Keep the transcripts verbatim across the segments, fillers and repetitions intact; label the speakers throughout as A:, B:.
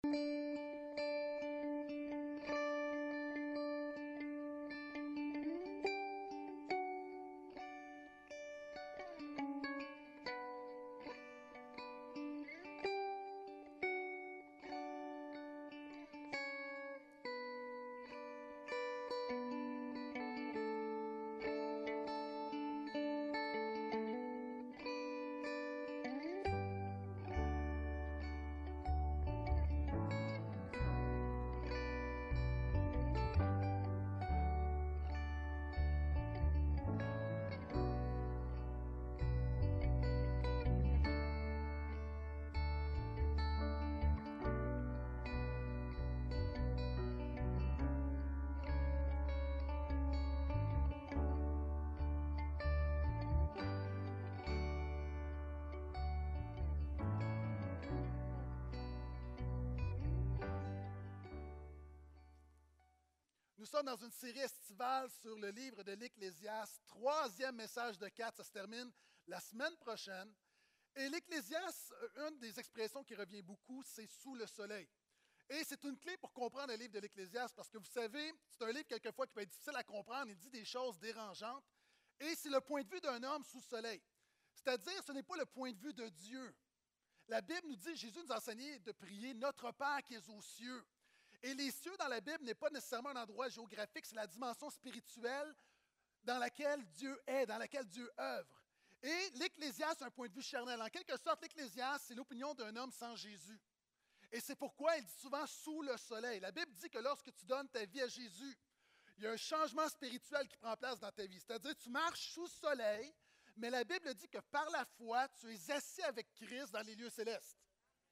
A: Nous sommes dans une série estivale sur le livre de l'Ecclésiaste. Troisième message de quatre, ça se termine la semaine prochaine. Et l'Ecclésiaste, une des expressions qui revient beaucoup, c'est « sous le soleil ». Et c'est une clé pour comprendre le livre de l'Ecclésiaste, parce que vous savez, c'est un livre quelquefois qui peut être difficile à comprendre, il dit des choses dérangeantes. Et c'est le point de vue d'un homme sous le soleil. C'est-à-dire, ce n'est pas le point de vue de Dieu. La Bible nous dit, Jésus nous a enseigné de prier « Notre Père qui es aux cieux ». Et les cieux dans la Bible n'est pas nécessairement un endroit géographique, c'est la dimension spirituelle dans laquelle Dieu est, dans laquelle Dieu œuvre. Et l'Ecclésiaste a un point de vue charnel. En quelque sorte, l'Ecclésiaste, c'est l'opinion d'un homme sans Jésus. Et c'est pourquoi il dit souvent « sous le soleil ». La Bible dit que lorsque tu donnes ta vie à Jésus, il y a un changement spirituel qui prend place dans ta vie. C'est-à-dire tu marches sous le soleil, mais la Bible dit que par la foi, tu es assis avec Christ dans les lieux célestes.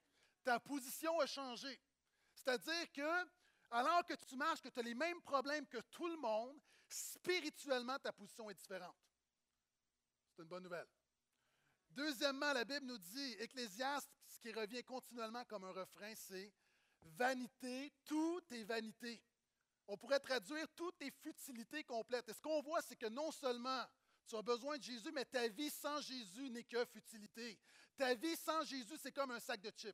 A: Ta position a changé. C'est-à-dire que, alors que tu marches, que tu as les mêmes problèmes que tout le monde, spirituellement, ta position est différente. C'est une bonne nouvelle. Deuxièmement, la Bible nous dit, Ecclésiaste, ce qui revient continuellement comme un refrain, c'est « vanité, tout est vanité ». On pourrait traduire « tout est futilité complète ». Et ce qu'on voit, c'est que non seulement tu as besoin de Jésus, mais ta vie sans Jésus n'est que futilité. Ta vie sans Jésus, c'est comme un sac de chips.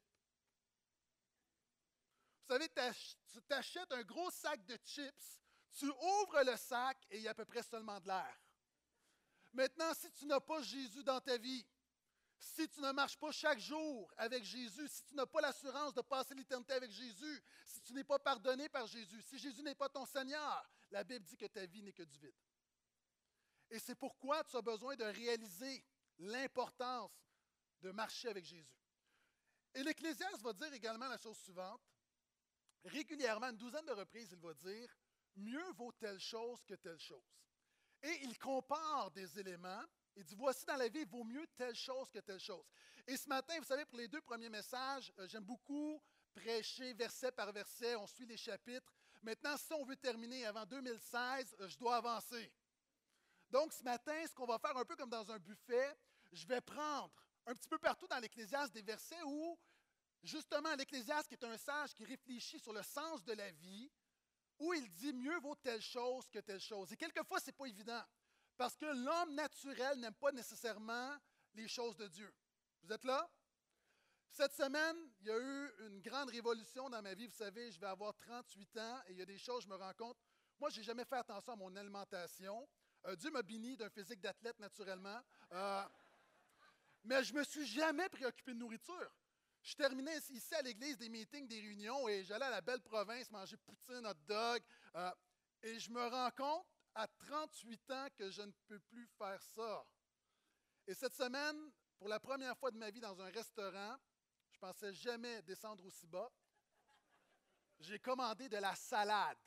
A: Vous savez, tu t'achètes un gros sac de chips, tu ouvres le sac et il y a à peu près seulement de l'air. Maintenant, si tu n'as pas Jésus dans ta vie, si tu ne marches pas chaque jour avec Jésus, si tu n'as pas l'assurance de passer l'éternité avec Jésus, si tu n'es pas pardonné par Jésus, si Jésus n'est pas ton Seigneur, la Bible dit que ta vie n'est que du vide. Et c'est pourquoi tu as besoin de réaliser l'importance de marcher avec Jésus. Et l'Ecclésiaste va dire également la chose suivante. Régulièrement, une douzaine de reprises, il va dire « mieux vaut telle chose que telle chose ». Et il compare des éléments. Il dit « voici dans la vie, il vaut mieux telle chose que telle chose ». Et ce matin, vous savez, pour les deux premiers messages, euh, j'aime beaucoup prêcher verset par verset, on suit les chapitres. Maintenant, si on veut terminer avant deux mille seize, euh, je dois avancer. Donc, ce matin, ce qu'on va faire un peu comme dans un buffet, je vais prendre un petit peu partout dans l'Ecclésiaste des versets où justement, l'Ecclésiaste, qui est un sage qui réfléchit sur le sens de la vie, où il dit « mieux vaut telle chose que telle chose ». Et quelquefois, ce n'est pas évident, parce que l'homme naturel n'aime pas nécessairement les choses de Dieu. Vous êtes là? Cette semaine, il y a eu une grande révolution dans ma vie. Vous savez, je vais avoir trente-huit ans et il y a des choses, je me rends compte. Moi, je n'ai jamais fait attention à mon alimentation. Euh, Dieu m'a béni d'un physique d'athlète, naturellement. Euh, mais je ne me suis jamais préoccupé de nourriture. Je terminais ici à l'église des meetings, des réunions, et j'allais à la belle province manger poutine, hot dog. Euh, et je me rends compte à trente-huit ans que je ne peux plus faire ça. Et cette semaine, pour la première fois de ma vie dans un restaurant, je ne pensais jamais descendre aussi bas. J'ai commandé de la salade.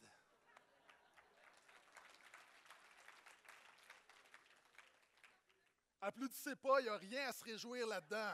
A: Applaudissez pas, il n'y a rien à se réjouir là-dedans.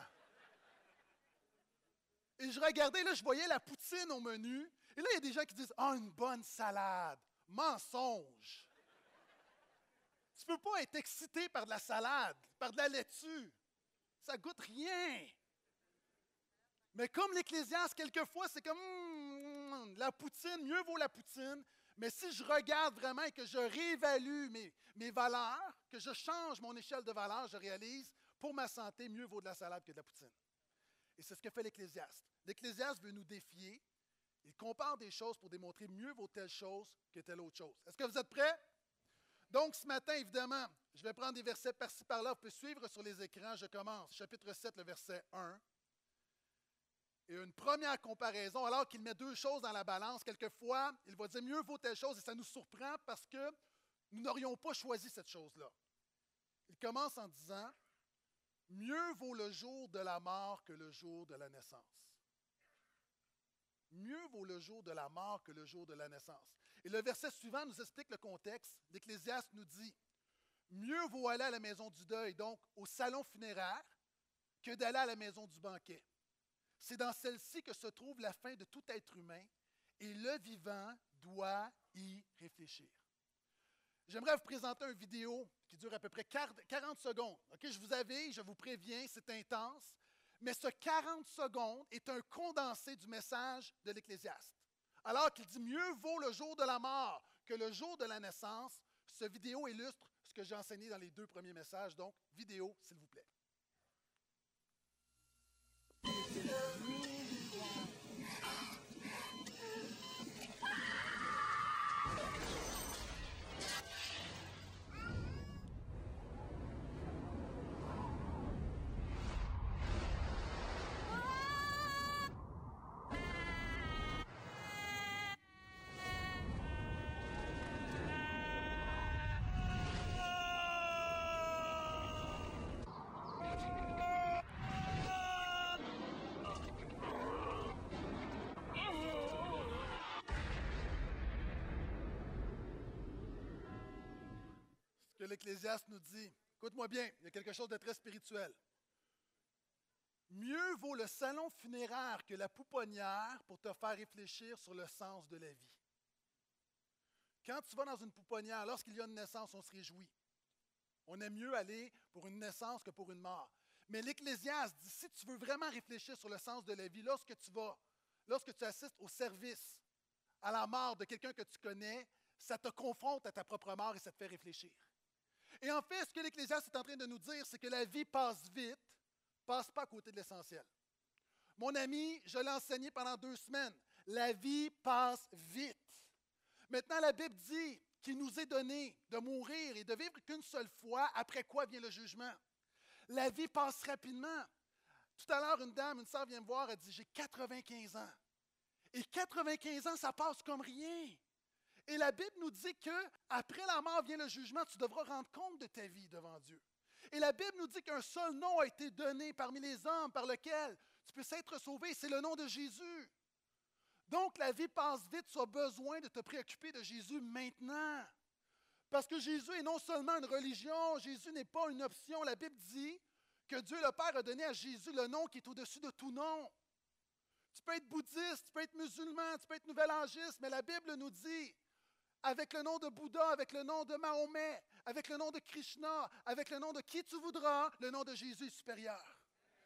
A: Et je regardais, là, je voyais la poutine au menu. Et là, il y a des gens qui disent « Ah, oh, une bonne salade! » Mensonge! Tu ne peux pas être excité par de la salade, par de la laitue. Ça goûte rien. Mais comme l'Ecclésiaste, quelquefois, c'est comme mm, la poutine, mieux vaut la poutine. Mais si je regarde vraiment et que je réévalue mes, mes valeurs, que je change mon échelle de valeur, je réalise, pour ma santé, mieux vaut de la salade que de la poutine. Et c'est ce que fait l'Ecclésiaste. L'Ecclésiaste veut nous défier Il compare des choses pour démontrer mieux vaut telle chose que telle autre chose. Est-ce que vous êtes prêts? Donc, ce matin, évidemment, je vais prendre des versets par-ci, par-là. Vous pouvez suivre sur les écrans. Je commence. Chapitre sept, le verset un. Et une première comparaison, alors qu'il met deux choses dans la balance, quelquefois, il va dire mieux vaut telle chose, et ça nous surprend parce que nous n'aurions pas choisi cette chose-là. Il commence en disant mieux vaut le jour de la mort que le jour de la naissance. Mieux vaut le jour de la mort que le jour de la naissance. Et le verset suivant nous explique le contexte. L'Ecclésiaste nous dit mieux vaut aller à la maison du deuil, donc au salon funéraire, que d'aller à la maison du banquet. C'est dans celle-ci que se trouve la fin de tout être humain et le vivant doit y réfléchir. J'aimerais vous présenter une vidéo qui dure à peu près quarante secondes. Okay, je vous avise, je vous préviens, c'est intense, mais ce quarante secondes est un condensé du message de l'Ecclésiaste. Alors qu'il dit mieux vaut le jour de la mort que le jour de la naissance, ce vidéo illustre ce que j'ai enseigné dans les deux premiers messages. Donc, vidéo, s'il vous plaît. Que l'Ecclésiaste nous dit, écoute-moi bien, il y a quelque chose de très spirituel. Mieux vaut le salon funéraire que la pouponnière pour te faire réfléchir sur le sens de la vie. Quand tu vas dans une pouponnière, lorsqu'il y a une naissance, on se réjouit. On aime mieux aller pour une naissance que pour une mort. Mais l'Ecclésiaste dit, si tu veux vraiment réfléchir sur le sens de la vie, lorsque tu vas, lorsque tu assistes au service, à la mort de quelqu'un que tu connais, ça te confronte à ta propre mort et ça te fait réfléchir. Et en fait, ce que l'Ecclésiaste est en train de nous dire, c'est que la vie passe vite, passe pas à côté de l'essentiel. Mon ami, je l'ai enseigné pendant deux semaines, la vie passe vite. Maintenant, la Bible dit qu'il nous est donné de mourir et de vivre qu'une seule fois, après quoi vient le jugement. La vie passe rapidement. Tout à l'heure, une dame, une sœur vient me voir, elle dit, j'ai quatre-vingt-quinze ans. Et quatre-vingt-quinze ans, ça passe comme rien. Et la Bible nous dit qu'après la mort vient le jugement, tu devras rendre compte de ta vie devant Dieu. Et la Bible nous dit qu'un seul nom a été donné parmi les hommes par lequel tu peux être sauvé, c'est le nom de Jésus. Donc la vie passe vite, tu as besoin de te préoccuper de Jésus maintenant. Parce que Jésus est non seulement une religion, Jésus n'est pas une option. La Bible dit que Dieu le Père a donné à Jésus le nom qui est au-dessus de tout nom. Tu peux être bouddhiste, tu peux être musulman, tu peux être nouvel-âgiste, mais la Bible nous dit avec le nom de Bouddha, avec le nom de Mahomet, avec le nom de Krishna, avec le nom de qui tu voudras, le nom de Jésus est supérieur.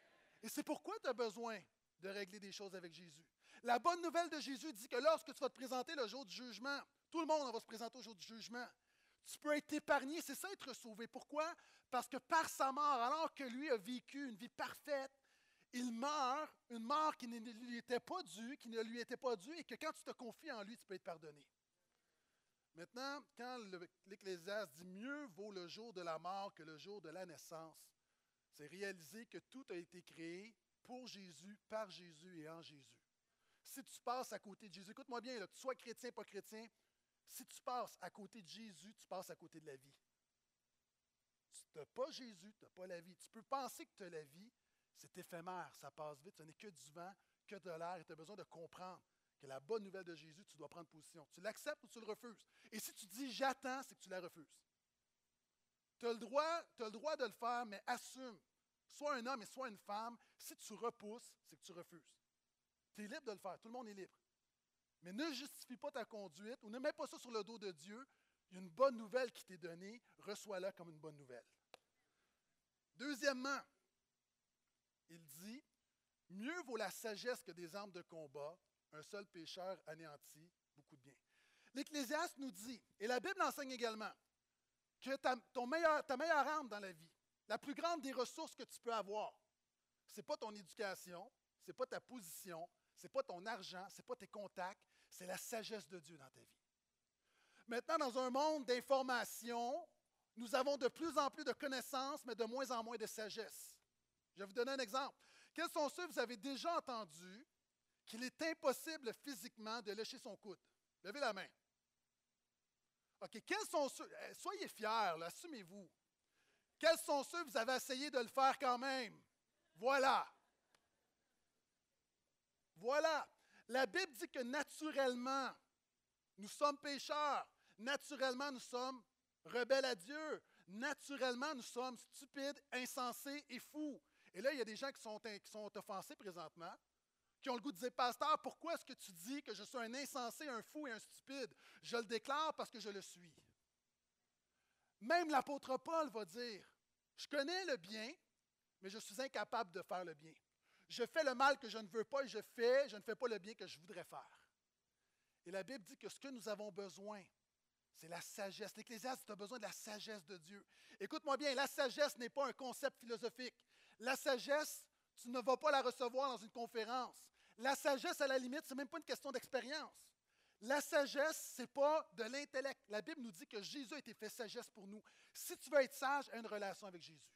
A: Et c'est pourquoi tu as besoin de régler des choses avec Jésus. La bonne nouvelle de Jésus dit que lorsque tu vas te présenter le jour du jugement, tout le monde va se présenter au jour du jugement, tu peux être épargné, c'est ça être sauvé. Pourquoi? Parce que par sa mort, alors que lui a vécu une vie parfaite, il meurt une mort qui ne lui était pas due, qui ne lui était pas due, et que quand tu te confies en lui, tu peux être pardonné. Maintenant, quand l'Ecclésiaste dit « mieux vaut le jour de la mort que le jour de la naissance », c'est réaliser que tout a été créé pour Jésus, par Jésus et en Jésus. Si tu passes à côté de Jésus, écoute-moi bien, là, que tu sois chrétien, pas chrétien, si tu passes à côté de Jésus, tu passes à côté de la vie. Tu n'as pas Jésus, tu n'as pas la vie. Tu peux penser que tu as la vie, c'est éphémère, ça passe vite, ce n'est que du vent, que de l'air, et tu as besoin de comprendre que la bonne nouvelle de Jésus, tu dois prendre position. Tu l'acceptes ou tu le refuses. Et si tu dis « j'attends », c'est que tu la refuses. Tu as le droit, tu as le droit de le faire, mais assume. Soit un homme et soit une femme, si tu repousses, c'est que tu refuses. Tu es libre de le faire, tout le monde est libre. Mais ne justifie pas ta conduite ou ne mets pas ça sur le dos de Dieu. Il y a une bonne nouvelle qui t'est donnée, reçois-la comme une bonne nouvelle. Deuxièmement, il dit « mieux vaut la sagesse que des armes de combat, un seul pécheur anéantit beaucoup de bien. » L'Ecclésiaste nous dit, et la Bible enseigne également, que ta, ton meilleur, ta meilleure arme dans la vie, la plus grande des ressources que tu peux avoir, ce n'est pas ton éducation, ce n'est pas ta position, Ce n'est pas ton argent, ce n'est pas tes contacts, c'est la sagesse de Dieu dans ta vie. Maintenant, dans un monde d'information, nous avons de plus en plus de connaissances, mais de moins en moins de sagesse. Je vais vous donner un exemple. Quels sont ceux que vous avez déjà entendus qu'il est impossible physiquement de lécher son coude? Levez la main. OK, quels sont ceux, soyez fiers, là, assumez-vous. Quels sont ceux que vous avez essayé de le faire quand même? Voilà. Voilà. La Bible dit que naturellement, nous sommes pécheurs. Naturellement, nous sommes rebelles à Dieu. Naturellement, nous sommes stupides, insensés et fous. Et là, il y a des gens qui sont, qui sont offensés présentement, qui ont le goût de dire, pasteur, pourquoi est-ce que tu dis que je suis un insensé, un fou et un stupide? Je le déclare parce que je le suis. Même l'apôtre Paul va dire, je connais le bien, mais je suis incapable de faire le bien. Je fais le mal que je ne veux pas et je fais, je ne fais pas le bien que je voudrais faire. Et la Bible dit que ce que nous avons besoin, c'est la sagesse. L'Ecclésiaste, tu as besoin de la sagesse de Dieu. Écoute-moi bien, la sagesse n'est pas un concept philosophique. La sagesse, tu ne vas pas la recevoir dans une conférence. La sagesse, à la limite, ce n'est même pas une question d'expérience. La sagesse, ce n'est pas de l'intellect. La Bible nous dit que Jésus a été fait sagesse pour nous. Si tu veux être sage, aie une relation avec Jésus.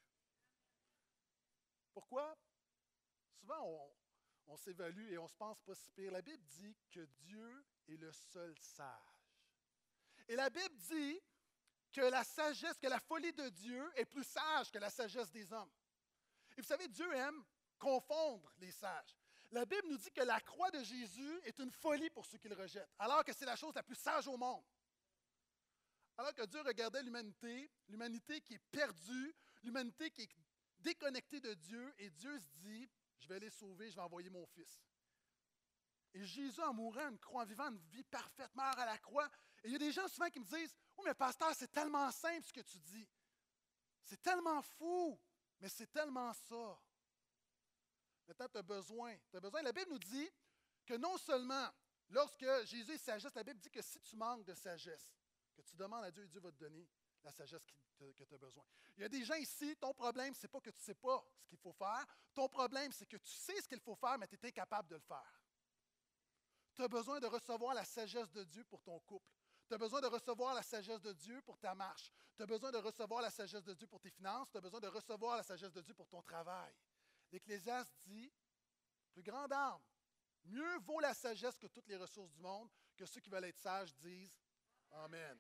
A: Pourquoi? Souvent, on, on s'évalue et on ne se pense pas si pire. La Bible dit que Dieu est le seul sage. Et la Bible dit que la sagesse, que la folie de Dieu est plus sage que la sagesse des hommes. Et vous savez, Dieu aime confondre les sages. La Bible nous dit que la croix de Jésus est une folie pour ceux qui le rejettent, alors que c'est la chose la plus sage au monde. Alors que Dieu regardait l'humanité, l'humanité qui est perdue, l'humanité qui est déconnectée de Dieu, et Dieu se dit, je vais les sauver, je vais envoyer mon Fils. Et Jésus, en mourant une croix, en vivant une vie parfaite, meurt à la croix. Et il y a des gens souvent qui me disent, oui, mais pasteur, c'est tellement simple ce que tu dis. C'est tellement fou, mais c'est tellement ça. Maintenant, tu as besoin. Tu as besoin. La Bible nous dit que non seulement, lorsque Jésus est sagesse, la Bible dit que si tu manques de sagesse, que tu demandes à Dieu et Dieu va te donner la sagesse que tu as besoin. Il y a des gens ici, ton problème, ce n'est pas que tu ne sais pas ce qu'il faut faire. Ton problème, c'est que tu sais ce qu'il faut faire, mais tu es incapable de le faire. Tu as besoin de recevoir la sagesse de Dieu pour ton couple. Tu as besoin de recevoir la sagesse de Dieu pour ta marche. Tu as besoin de recevoir la sagesse de Dieu pour tes finances. Tu as besoin de recevoir la sagesse de Dieu pour ton travail. L'Ecclésiaste dit, plus grande arme, mieux vaut la sagesse que toutes les ressources du monde, que ceux qui veulent être sages disent Amen.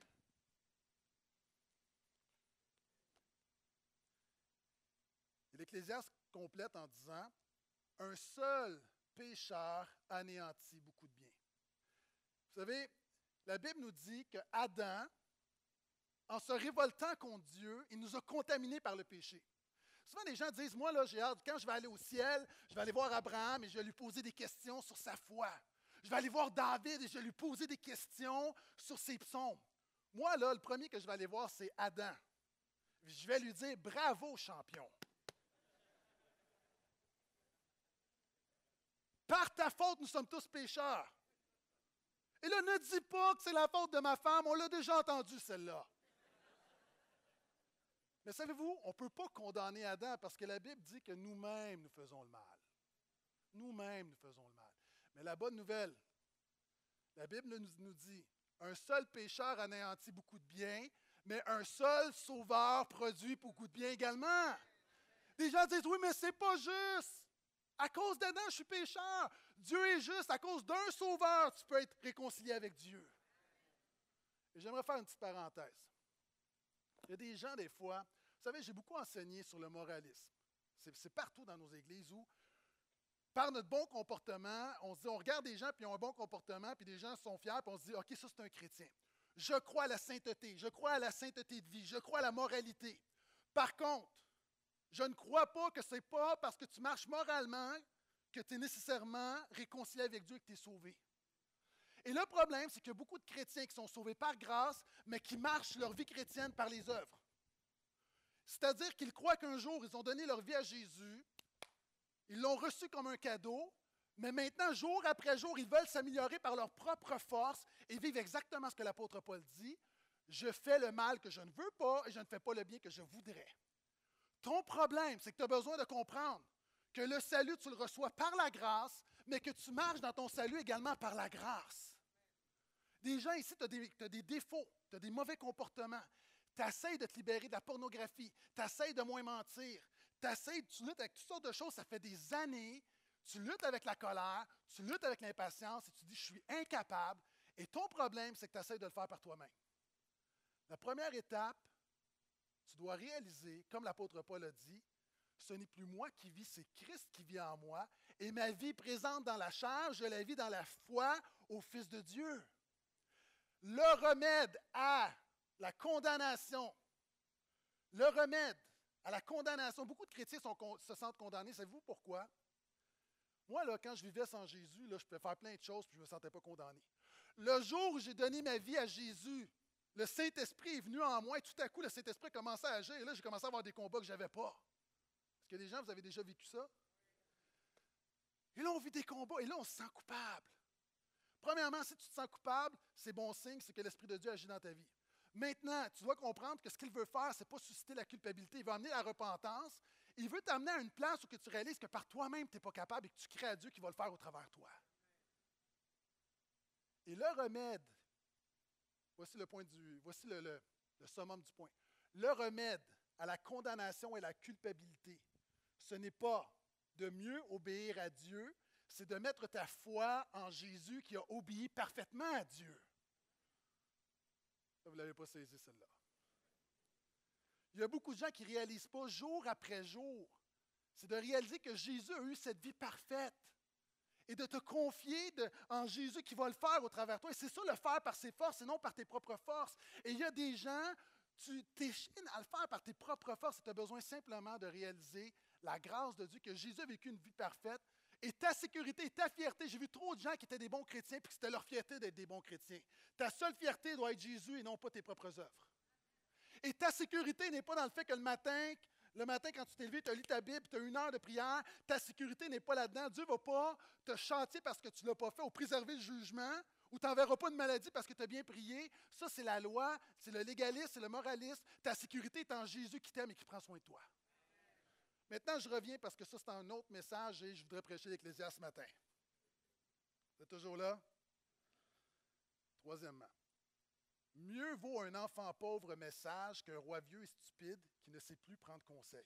A: Et l'Ecclésiaste complète en disant, un seul pécheur anéantit beaucoup de bien. Vous savez, la Bible nous dit que Adam, en se révoltant contre Dieu, il nous a contaminés par le péché. Souvent, les gens disent, moi, là, j'ai hâte, quand je vais aller au ciel, je vais aller voir Abraham et je vais lui poser des questions sur sa foi. Je vais aller voir David et je vais lui poser des questions sur ses psaumes. Moi, là, le premier que je vais aller voir, c'est Adam. Je vais lui dire, bravo, champion. Par ta faute, nous sommes tous pécheurs. Et là, ne dis pas que c'est la faute de ma femme, on l'a déjà entendu, celle-là. Mais savez-vous, on ne peut pas condamner Adam parce que la Bible dit que nous-mêmes, nous faisons le mal. Nous-mêmes, nous faisons le mal. Mais la bonne nouvelle, la Bible nous, nous dit, un seul pécheur anéantit beaucoup de bien, mais un seul sauveur produit beaucoup de bien également. Les gens disent, oui, mais c'est pas juste. À cause d'Adam, je suis pécheur. Dieu est juste. À cause d'un sauveur, tu peux être réconcilié avec Dieu. Et j'aimerais faire une petite parenthèse. Il y a des gens, des fois, vous savez, j'ai beaucoup enseigné sur le moralisme. C'est, c'est partout dans nos églises où, par notre bon comportement, on se dit, on regarde des gens, puis ils ont un bon comportement, puis des gens sont fiers, puis on se dit, OK, ça, c'est un chrétien. Je crois à la sainteté, je crois à la sainteté de vie, je crois à la moralité. Par contre, je ne crois pas que ce n'est pas parce que tu marches moralement que tu es nécessairement réconcilié avec Dieu et que tu es sauvé. Et le problème, c'est qu'il y a beaucoup de chrétiens qui sont sauvés par grâce, mais qui marchent leur vie chrétienne par les œuvres. C'est-à-dire qu'ils croient qu'un jour, ils ont donné leur vie à Jésus, ils l'ont reçu comme un cadeau, mais maintenant, jour après jour, ils veulent s'améliorer par leur propre force et vivre exactement ce que l'apôtre Paul dit. Je fais le mal que je ne veux pas et je ne fais pas le bien que je voudrais. Ton problème, c'est que tu as besoin de comprendre que le salut, tu le reçois par la grâce, mais que tu marches dans ton salut également par la grâce. Des gens ici, tu as des, t'as des défauts, tu as des mauvais comportements. Tu essaies de te libérer de la pornographie, tu essaies de moins mentir, tu essaies, tu luttes avec toutes sortes de choses, ça fait des années, tu luttes avec la colère, tu luttes avec l'impatience et tu dis, je suis incapable. Et ton problème, c'est que tu essaies de le faire par toi-même. La première étape, tu dois réaliser, comme l'apôtre Paul a dit, ce n'est plus moi qui vis, c'est Christ qui vit en moi. Et ma vie présente dans la chair, je la vis dans la foi au Fils de Dieu. Le remède à la condamnation, le remède à la condamnation, beaucoup de chrétiens sont, se sentent condamnés. Savez-vous pourquoi? Moi, là, quand je vivais sans Jésus, là, je pouvais faire plein de choses et je ne me sentais pas condamné. Le jour où j'ai donné ma vie à Jésus, le Saint-Esprit est venu en moi et tout à coup, le Saint-Esprit a commencé à agir. Et là, j'ai commencé à avoir des combats que je n'avais pas. Est-ce qu'il y a des gens, vous avez déjà vécu ça? Et là, on vit des combats et là, on se sent coupable. Premièrement, si tu te sens coupable, c'est bon signe, c'est que l'Esprit de Dieu agit dans ta vie. Maintenant, tu dois comprendre que ce qu'il veut faire, ce n'est pas susciter la culpabilité. Il veut amener la repentance. Il veut t'amener à une place où tu réalises que par toi-même, tu n'es pas capable et que tu crées à Dieu qui va le faire au travers de toi. Et le remède, voici le point du, voici le, le, le summum du point. Le remède à la condamnation et la culpabilité, ce n'est pas de mieux obéir à Dieu, c'est de mettre ta foi en Jésus qui a obéi parfaitement à Dieu. Ça, vous ne l'avez pas saisi, celle-là. Il y a beaucoup de gens qui ne réalisent pas jour après jour. C'est de réaliser que Jésus a eu cette vie parfaite et de te confier de, en Jésus qui va le faire au travers de toi. Et c'est ça, le faire par ses forces et non par tes propres forces. Et il y a des gens, tu t'échines à le faire par tes propres forces et tu as besoin simplement de réaliser la grâce de Dieu, que Jésus a vécu une vie parfaite. Et ta sécurité et ta fierté, j'ai vu trop de gens qui étaient des bons chrétiens et que c'était leur fierté d'être des bons chrétiens. Ta seule fierté doit être Jésus et non pas tes propres œuvres. Et ta sécurité n'est pas dans le fait que le matin, le matin quand tu t'es levé, tu as lu ta Bible, tu as une heure de prière, ta sécurité n'est pas là-dedans. Dieu ne va pas te chanter parce que tu ne l'as pas fait ou préserver le jugement ou tu n'enverras pas de maladie parce que tu as bien prié. Ça, c'est la loi, c'est le légalisme, c'est le moralisme. Ta sécurité est en Jésus qui t'aime et qui prend soin de toi. Maintenant, je reviens parce que ça, c'est un autre message et je voudrais prêcher l'Ecclésiaste ce matin. Vous êtes toujours là? Troisièmement, mieux vaut un enfant pauvre mais sage qu'un roi vieux et stupide qui ne sait plus prendre conseil.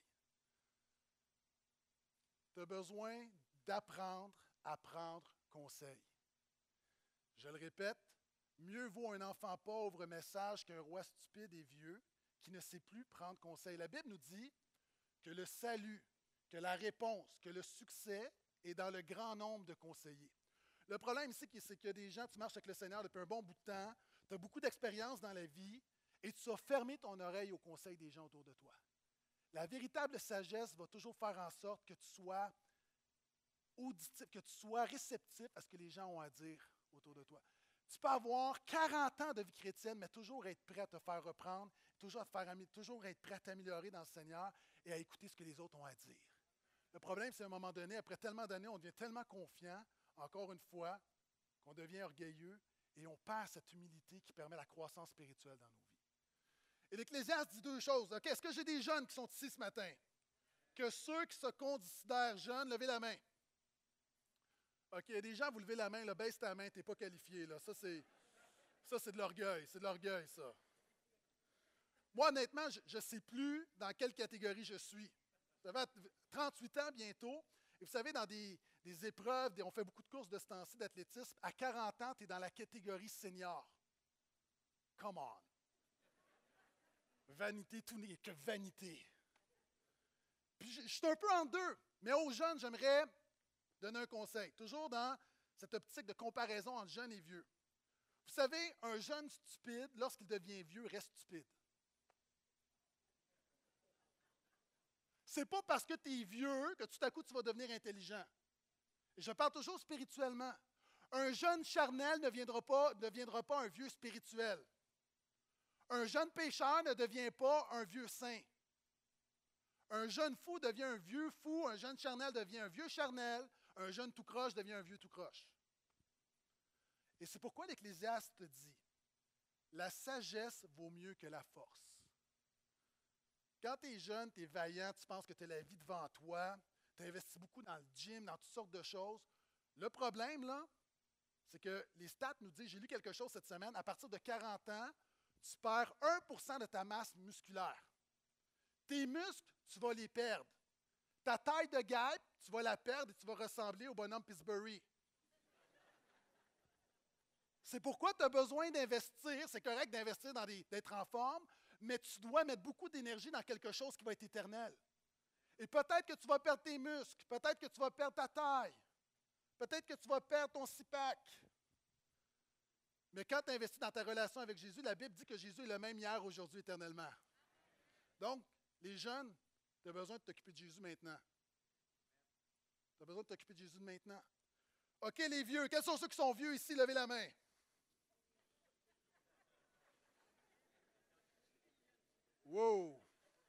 A: Tu as besoin d'apprendre à prendre conseil. Je le répète, mieux vaut un enfant pauvre mais sage qu'un roi stupide et vieux qui ne sait plus prendre conseil. La Bible nous dit que le salut, que la réponse, que le succès est dans le grand nombre de conseillers. Le problème ici, c'est qu'il y a des gens, tu marches avec le Seigneur depuis un bon bout de temps, tu as beaucoup d'expérience dans la vie et tu as fermé ton oreille aux conseils des gens autour de toi. La véritable sagesse va toujours faire en sorte que tu sois auditif, que tu sois réceptif à ce que les gens ont à dire autour de toi. Tu peux avoir quarante ans de vie chrétienne, mais toujours être prêt à te faire reprendre, toujours, à te faire, toujours être prêt à t'améliorer dans le Seigneur et à écouter ce que les autres ont à dire. Le problème, c'est qu'à un moment donné, après tellement d'années, on devient tellement confiant, encore une fois, qu'on devient orgueilleux et on perd cette humilité qui permet la croissance spirituelle dans nos vies. Et l'Ecclésiaste dit deux choses. Okay, est-ce que j'ai des jeunes qui sont ici ce matin? Que ceux qui se considèrent jeunes, levez la main. OK, il y a des gens, vous levez la main, là, baisse ta main, tu n'es pas qualifié. Là. Ça, c'est, ça, c'est de l'orgueil. C'est de l'orgueil, ça. Moi, honnêtement, je ne sais plus dans quelle catégorie je suis. J'avais trente-huit ans bientôt. Et vous savez, dans des, des épreuves, des, on fait beaucoup de courses de ce temps-ci d'athlétisme. À quarante ans, tu es dans la catégorie senior. Come on. Vanité, tout n'est que vanité. Puis je, je suis un peu en deux. Mais aux jeunes, j'aimerais donner un conseil. Toujours dans cette optique de comparaison entre jeunes et vieux. Vous savez, un jeune stupide, lorsqu'il devient vieux, reste stupide. Ce n'est pas parce que tu es vieux que tout à coup tu vas devenir intelligent. Et je parle toujours spirituellement. Un jeune charnel ne deviendra pas, ne deviendra pas un vieux spirituel. Un jeune pécheur ne devient pas un vieux saint. Un jeune fou devient un vieux fou, un jeune charnel devient un vieux charnel, un jeune tout croche devient un vieux tout croche. Et c'est pourquoi l'Ecclésiaste dit, la sagesse vaut mieux que la force. Quand tu es jeune, tu es vaillant, tu penses que tu as la vie devant toi, tu investis beaucoup dans le gym, dans toutes sortes de choses. Le problème, là, c'est que les stats nous disent, j'ai lu quelque chose cette semaine, à partir de quarante ans, tu perds un pour cent de ta masse musculaire. Tes muscles, tu vas les perdre. Ta taille de guêpe, tu vas la perdre et tu vas ressembler au bonhomme Pillsbury. C'est pourquoi tu as besoin d'investir. C'est correct d'investir dans des, d'être en forme, mais tu dois mettre beaucoup d'énergie dans quelque chose qui va être éternel. Et peut-être que tu vas perdre tes muscles, peut-être que tu vas perdre ta taille, peut-être que tu vas perdre ton six-pack. Mais quand tu investis dans ta relation avec Jésus, la Bible dit que Jésus est le même hier, aujourd'hui, éternellement. Donc, les jeunes, tu as besoin de t'occuper de Jésus maintenant. Tu as besoin de t'occuper de Jésus maintenant. OK, les vieux, quels sont ceux qui sont vieux ici? Levez la main. Wow!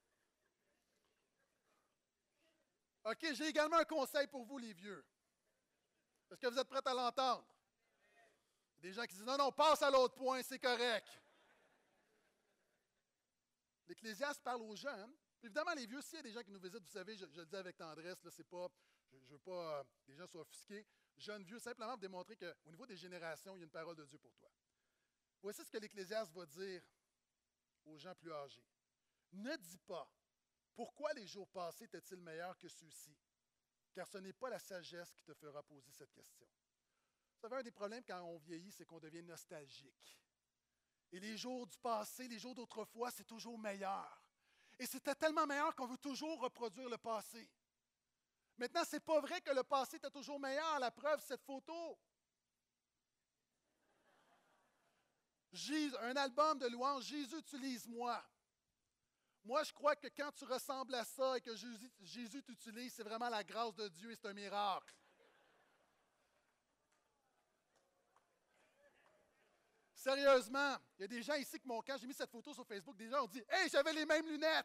A: OK, j'ai également un conseil pour vous, les vieux. Est-ce que vous êtes prêts à l'entendre? Il y a des gens qui disent, non, non, passe à l'autre point, c'est correct. L'Ecclésiaste parle aux jeunes. Puis évidemment, les vieux, s'il y a des gens qui nous visitent, vous savez, je, je le dis avec tendresse, là, c'est pas, je ne veux pas euh, que les gens soient offusqués. Jeunes, vieux, simplement pour démontrer qu'au niveau des générations, il y a une parole de Dieu pour toi. Voici ce que l'Ecclésiaste va dire aux gens plus âgés. Ne dis pas, pourquoi les jours passés étaient-ils meilleurs que ceux-ci? Car ce n'est pas la sagesse qui te fera poser cette question. Vous savez, un des problèmes quand on vieillit, c'est qu'on devient nostalgique. Et les jours du passé, les jours d'autrefois, c'est toujours meilleur. Et c'était tellement meilleur qu'on veut toujours reproduire le passé. Maintenant, ce n'est pas vrai que le passé était toujours meilleur. La preuve, cette photo. Jésus, un album de louanges, Jésus, utilise-moi. Moi, je crois que quand tu ressembles à ça et que Jésus, Jésus t'utilise, c'est vraiment la grâce de Dieu et c'est un miracle. Sérieusement, il y a des gens ici qui m'ont, quand j'ai mis cette photo sur Facebook, des gens ont dit « Hey, j'avais les mêmes lunettes! »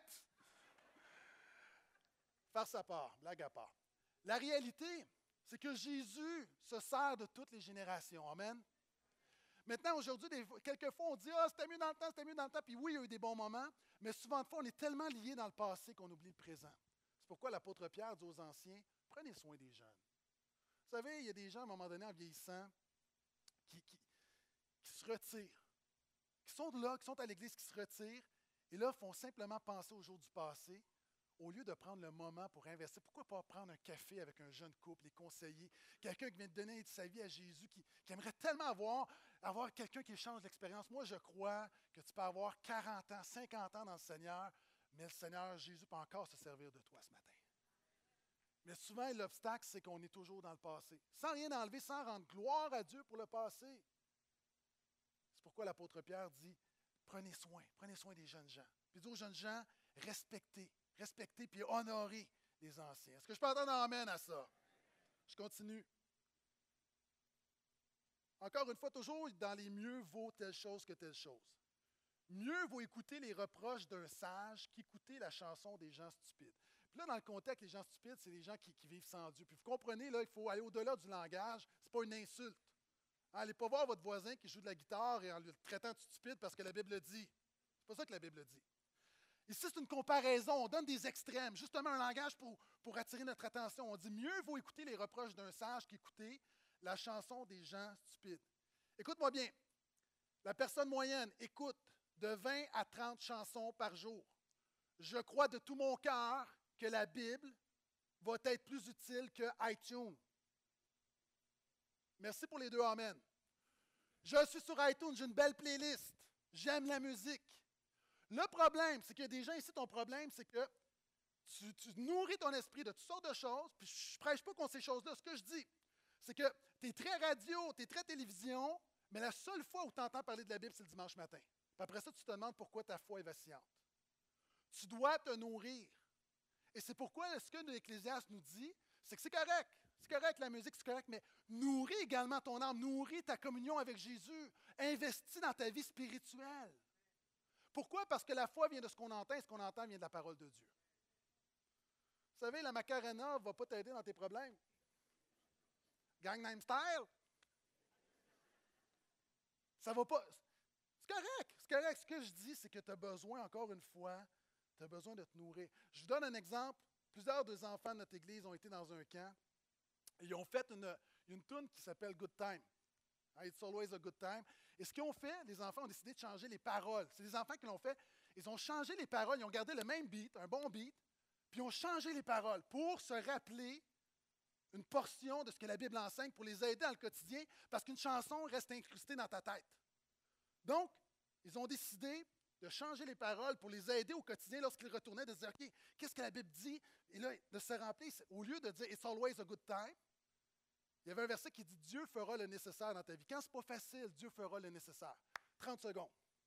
A: Farce à part, blague à part. La réalité, c'est que Jésus se sert de toutes les générations. Amen. Maintenant, aujourd'hui, quelquefois, on dit « Ah, c'était mieux dans le temps, c'était mieux dans le temps. » Puis oui, il y a eu des bons moments, mais souvent de fois, on est tellement liés dans le passé qu'on oublie le présent. C'est pourquoi l'apôtre Pierre dit aux anciens « Prenez soin des jeunes. » Vous savez, il y a des gens, à un moment donné, en vieillissant, qui, qui, qui se retirent, qui sont là, qui sont à l'église, qui se retirent, et là, font simplement penser au jour du passé, au lieu de prendre le moment pour investir. Pourquoi pas prendre un café avec un jeune couple, les conseiller, quelqu'un qui vient de donner sa vie à Jésus, qui, qui aimerait tellement avoir, avoir quelqu'un qui change l'expérience. Moi, je crois que tu peux avoir quarante ans, cinquante ans dans le Seigneur, mais le Seigneur Jésus peut encore se servir de toi ce matin. Mais souvent, l'obstacle, c'est qu'on est toujours dans le passé. Sans rien enlever, sans rendre gloire à Dieu pour le passé. C'est pourquoi l'apôtre Pierre dit, prenez soin, prenez soin des jeunes gens. Puis il dit aux jeunes gens, respectez, respectez puis honorez les anciens. Est-ce que je peux entendre un amen à ça? Je continue. Encore une fois, toujours dans les mieux vaut telle chose que telle chose. Mieux vaut écouter les reproches d'un sage qu'écouter la chanson des gens stupides. Puis là, dans le contexte, les gens stupides, c'est les gens qui, qui vivent sans Dieu. Puis vous comprenez, là, il faut aller au-delà du langage. Ce n'est pas une insulte. Allez pas voir votre voisin qui joue de la guitare et en le traitant de stupide parce que la Bible le dit. C'est pas ça que la Bible dit. Ici, c'est une comparaison. On donne des extrêmes. Justement, un langage pour, pour attirer notre attention. On dit, mieux vaut écouter les reproches d'un sage qu'écouter la chanson des gens stupides. Écoute-moi bien. La personne moyenne écoute de vingt à trente chansons par jour. Je crois de tout mon cœur que la Bible va être plus utile que iTunes. Merci pour les deux amen. Je suis sur iTunes, j'ai une belle playlist. J'aime la musique. Le problème, c'est qu'il y a des gens ici, ton problème, c'est que tu, tu nourris ton esprit de toutes sortes de choses, puis je ne prêche pas contre ces choses-là. Ce que je dis, c'est que tu es très radio, tu es très télévision, mais la seule fois où tu entends parler de la Bible, c'est le dimanche matin. Puis après ça, tu te demandes pourquoi ta foi est vacillante. Tu dois te nourrir. Et c'est pourquoi ce que l'Ecclésiaste nous dit, c'est que c'est correct. C'est correct, la musique, c'est correct, mais nourris également ton âme, nourris ta communion avec Jésus, investis dans ta vie spirituelle. Pourquoi? Parce que la foi vient de ce qu'on entend, et ce qu'on entend vient de la parole de Dieu. Vous savez, la Macarena ne va pas t'aider dans tes problèmes. Gangnam Style, ça ne va pas. C'est correct, c'est correct. Ce que je dis, c'est que tu as besoin, encore une fois, tu as besoin de te nourrir. Je vous donne un exemple. Plusieurs des enfants de notre église ont été dans un camp. Ils ont fait une, il y a une tune qui s'appelle Good Time. Hein, It's always a good time. Et ce qu'ils ont fait, les enfants ont décidé de changer les paroles. C'est les enfants qui l'ont fait. Ils ont changé les paroles, ils ont gardé le même beat, un bon beat, puis ils ont changé les paroles pour se rappeler une portion de ce que la Bible enseigne pour les aider dans le quotidien, parce qu'une chanson reste incrustée dans ta tête. Donc, ils ont décidé de changer les paroles pour les aider au quotidien lorsqu'ils retournaient, de se dire, OK, qu'est-ce que la Bible dit? Et là, de se remplir, au lieu de dire It's always a good time, il y avait un verset qui dit Dieu fera le nécessaire dans ta vie. Quand ce n'est pas facile, Dieu fera le nécessaire. trente secondes.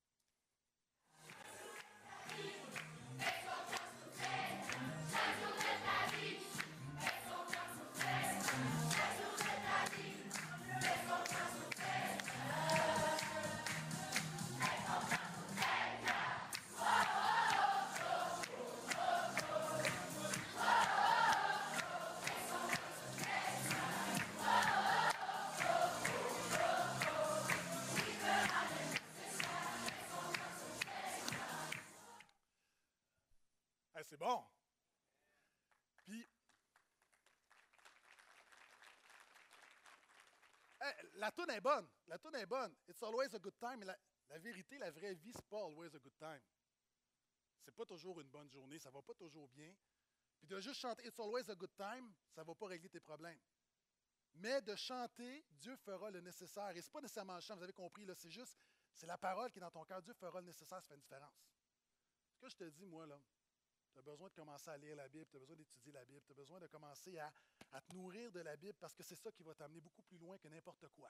A: Hey, c'est bon. Puis, hey, la toune est bonne. La toune est bonne. It's always a good time. Mais la, la vérité, la vraie vie, c'est pas always a good time. C'est pas toujours une bonne journée. Ça va pas toujours bien. Puis de juste chanter It's always a good time, ça va pas régler tes problèmes. Mais de chanter, Dieu fera le nécessaire. Et c'est pas nécessairement le chant, vous avez compris, là, c'est juste, c'est la parole qui est dans ton cœur. Dieu fera le nécessaire, ça fait une différence. Ce que je te dis, moi, là, tu as besoin de commencer à lire la Bible, tu as besoin d'étudier la Bible, tu as besoin de commencer à, à te nourrir de la Bible parce que c'est ça qui va t'amener beaucoup plus loin que n'importe quoi.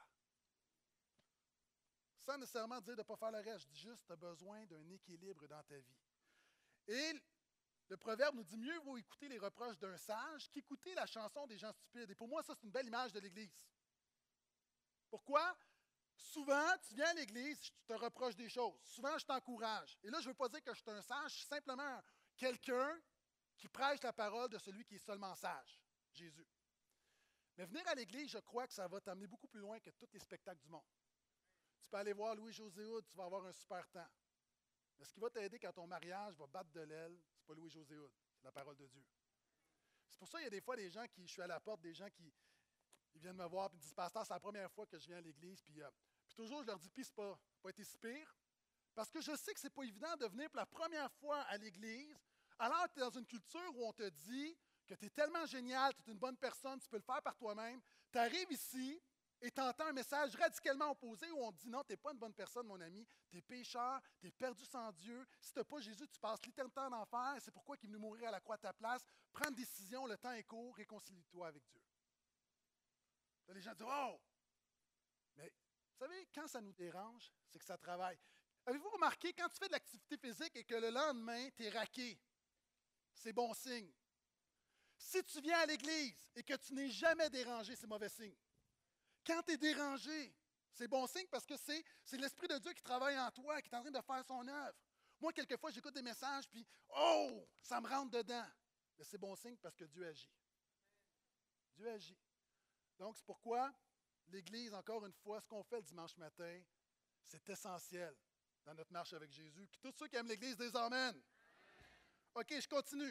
A: Sans nécessairement dire de ne pas faire le reste, je dis juste que tu as besoin d'un équilibre dans ta vie. Et le proverbe nous dit mieux vaut écouter les reproches d'un sage qu'écouter la chanson des gens stupides. Et pour moi, ça, c'est une belle image de l'Église. Pourquoi? Souvent, tu viens à l'Église, je te reproche des choses. Souvent, je t'encourage. Et là, je ne veux pas dire que je suis un sage, je suis simplement quelqu'un qui prêche la parole de celui qui est seulement sage, Jésus. Mais venir à l'Église, je crois que ça va t'amener beaucoup plus loin que tous les spectacles du monde. Tu peux aller voir Louis-José Hood, tu vas avoir un super temps. Mais ce qui va t'aider quand ton mariage va battre de l'aile, ce n'est pas Louis-José Hood, c'est la parole de Dieu. C'est pour ça qu'il y a des fois des gens qui, je suis à la porte, des gens qui ils viennent me voir et me disent, Pasteur, c'est la première fois que je viens à l'Église. Puis, euh, puis toujours, je leur dis, puis c'est pas, pas été si pire. Parce que je sais que ce n'est pas évident de venir pour la première fois à l'Église, alors que tu es dans une culture où on te dit que tu es tellement génial, tu es une bonne personne, tu peux le faire par toi-même. Tu arrives ici et tu entends un message radicalement opposé où on te dit, non, tu n'es pas une bonne personne, mon ami, tu es pécheur, tu es perdu sans Dieu. Si tu n'as pas Jésus, tu passes l'éternité en enfer. C'est pourquoi il est venu mourir à la croix à ta place. Prends une décision, le temps est court, réconcilie-toi avec Dieu. Là, les gens disent, oh! Mais vous savez, quand ça nous dérange, c'est que ça travaille. Avez-vous remarqué, quand tu fais de l'activité physique et que le lendemain, tu es raqué, c'est bon signe. Si tu viens à l'Église et que tu n'es jamais dérangé, c'est mauvais signe. Quand tu es dérangé, c'est bon signe parce que c'est, c'est l'Esprit de Dieu qui travaille en toi, qui est en train de faire son œuvre. Moi, quelquefois, j'écoute des messages, puis oh, ça me rentre dedans. Mais c'est bon signe parce que Dieu agit. Dieu agit. Donc, c'est pourquoi l'Église, encore une fois, ce qu'on fait le dimanche matin, c'est essentiel dans notre marche avec Jésus. Puis tous ceux qui aiment l'Église, disent Amen. OK, je continue.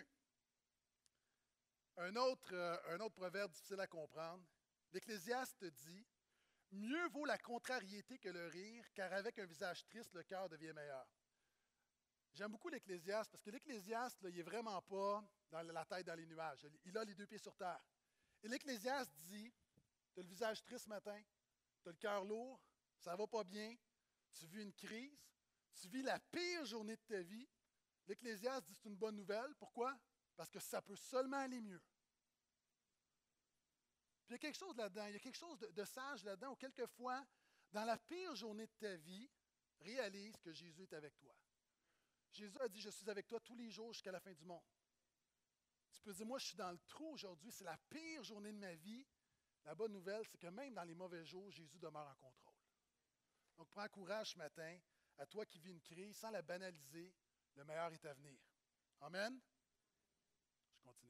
A: Un autre, euh, un autre proverbe difficile à comprendre. L'Ecclésiaste dit « Mieux vaut la contrariété que le rire, car avec un visage triste, le cœur devient meilleur. » J'aime beaucoup l'Ecclésiaste, parce que l'Ecclésiaste, là, il n'est vraiment pas dans la tête dans les nuages. Il a les deux pieds sur terre. Et l'Ecclésiaste dit « Tu as le visage triste ce matin, tu as le cœur lourd, ça ne va pas bien, tu vis une crise, tu vis la pire journée de ta vie. » L'Ecclésiaste dit « C'est une bonne nouvelle. Pourquoi? Parce que ça peut seulement aller mieux. » Puis il y a quelque chose là-dedans, il y a quelque chose de, de sage là-dedans, où quelquefois, dans la pire journée de ta vie, réalise que Jésus est avec toi. Jésus a dit, je suis avec toi tous les jours jusqu'à la fin du monde. Tu peux dire, moi je suis dans le trou aujourd'hui, c'est la pire journée de ma vie. La bonne nouvelle, c'est que même dans les mauvais jours, Jésus demeure en contrôle. Donc prends courage ce matin, à toi qui vis une crise, sans la banaliser, le meilleur est à venir. Amen? Je continue.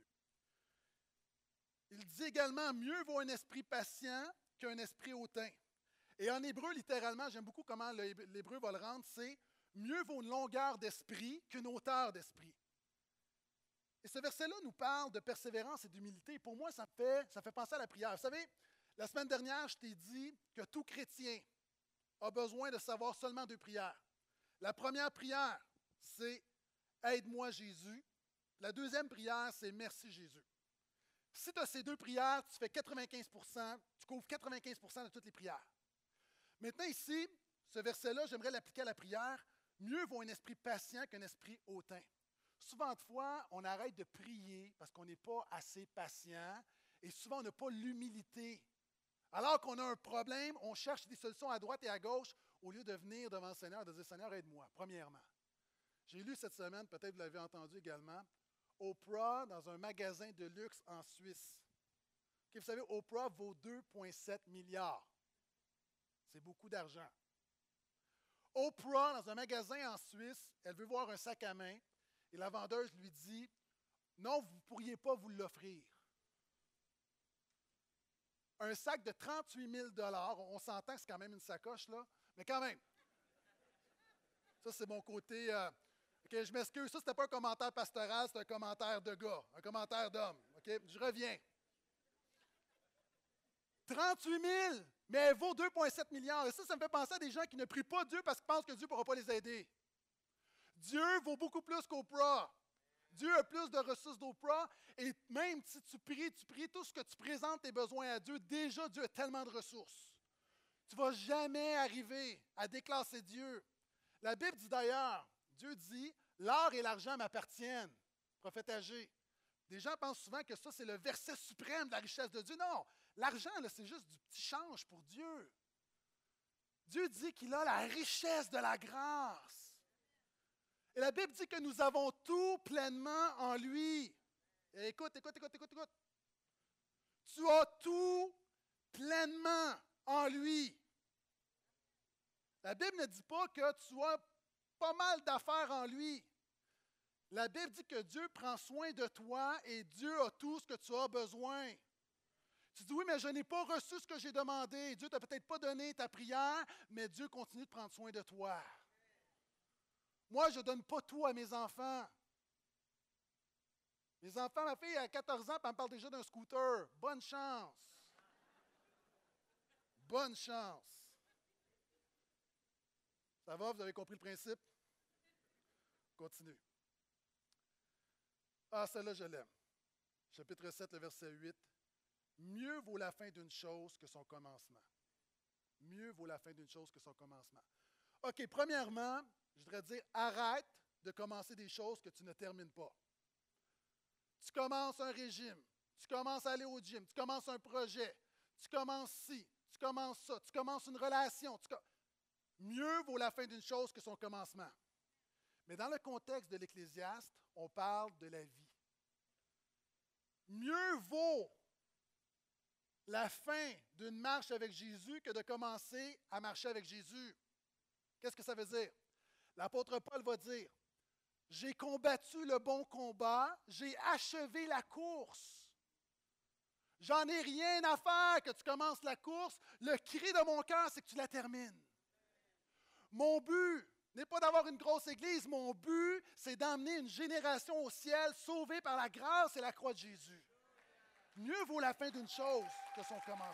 A: Il dit également, mieux vaut un esprit patient qu'un esprit hautain. Et en hébreu, littéralement, j'aime beaucoup comment l'hébreu va le rendre, c'est mieux vaut une longueur d'esprit qu'une hauteur d'esprit. Et ce verset-là nous parle de persévérance et d'humilité. Pour moi, ça me fait, ça fait penser à la prière. Vous savez, La semaine dernière, je t'ai dit que tout chrétien a besoin de savoir seulement deux prières. La première prière, c'est « Aide-moi Jésus ». La deuxième prière, c'est « Merci Jésus ». Si tu as ces deux prières, tu fais quatre-vingt-quinze pour cent, tu couvres quatre-vingt-quinze pour cent de toutes les prières. Maintenant ici, ce verset-là, j'aimerais l'appliquer à la prière. Mieux vaut un esprit patient qu'un esprit hautain. Souvent de fois, on arrête de prier parce qu'on n'est pas assez patient et souvent on n'a pas l'humilité. Alors qu'on a un problème, on cherche des solutions à droite et à gauche au lieu de venir devant le Seigneur et de dire « Seigneur, aide-moi », premièrement. J'ai lu cette semaine, peut-être vous l'avez entendu également, Oprah dans un magasin de luxe en Suisse. Okay, vous savez, Oprah vaut deux virgule sept milliards. C'est beaucoup d'argent. Oprah, dans un magasin en Suisse, elle veut voir un sac à main et la vendeuse lui dit « Non, vous ne pourriez pas vous l'offrir. » Un sac de trente-huit mille dollars, on s'entend que c'est quand même une sacoche, là, mais quand même. Ça, c'est mon côté... Euh, OK, je m'excuse, ça, ce n'était pas un commentaire pastoral, c'est un commentaire de gars, un commentaire d'homme. OK, je reviens. trente-huit mille, mais elle vaut deux virgule sept milliards. Et ça, ça me fait penser à des gens qui ne prient pas Dieu parce qu'ils pensent que Dieu ne pourra pas les aider. Dieu vaut beaucoup plus qu'Oprah. Dieu a plus de ressources d'Oprah. Et même si tu pries, tu pries, tout ce que tu présentes tes besoins à Dieu, déjà Dieu a tellement de ressources. Tu ne vas jamais arriver à déclasser Dieu. La Bible dit d'ailleurs, Dieu dit, « L'or et l'argent m'appartiennent. » Prophète Agé. Des gens pensent souvent que ça, c'est le verset suprême de la richesse de Dieu. Non, l'argent, c'est juste du petit change pour Dieu. Dieu dit qu'il a la richesse de la grâce. Et la Bible dit que nous avons tout pleinement en lui. Et écoute, écoute, écoute, écoute, écoute. Tu as tout pleinement en lui. La Bible ne dit pas que tu as pas mal d'affaires en lui. La Bible dit que Dieu prend soin de toi et Dieu a tout ce que tu as besoin. Tu dis, oui, mais je n'ai pas reçu ce que j'ai demandé. Dieu ne t'a peut-être pas donné ta prière, mais Dieu continue de prendre soin de toi. Moi, je ne donne pas tout à mes enfants. Mes enfants, ma fille a quatorze ans, puis elle me parle déjà d'un scooter. Bonne chance. Bonne chance. Ça va, vous avez compris le principe? Continue. Ah, celle-là, je l'aime. Chapitre sept, le verset huit. Mieux vaut la fin d'une chose que son commencement. Mieux vaut la fin d'une chose que son commencement. OK, premièrement, je voudrais dire, arrête de commencer des choses que tu ne termines pas. Tu commences un régime, tu commences à aller au gym, tu commences un projet, tu commences ci, tu commences ça, tu commences une relation. Tu com... Mieux vaut la fin d'une chose que son commencement. Mais dans le contexte de l'Ecclésiaste, on parle de la vie. Mieux vaut la fin d'une marche avec Jésus que de commencer à marcher avec Jésus. Qu'est-ce que ça veut dire? L'apôtre Paul va dire, « J'ai combattu le bon combat, j'ai achevé la course. J'en ai rien à faire que tu commences la course. Le cri de mon cœur, c'est que tu la termines. Mon but n'est pas d'avoir une grosse église, mon but, c'est d'emmener une génération au ciel sauvée par la grâce et la croix de Jésus. Mieux vaut la fin d'une chose que son commencement. »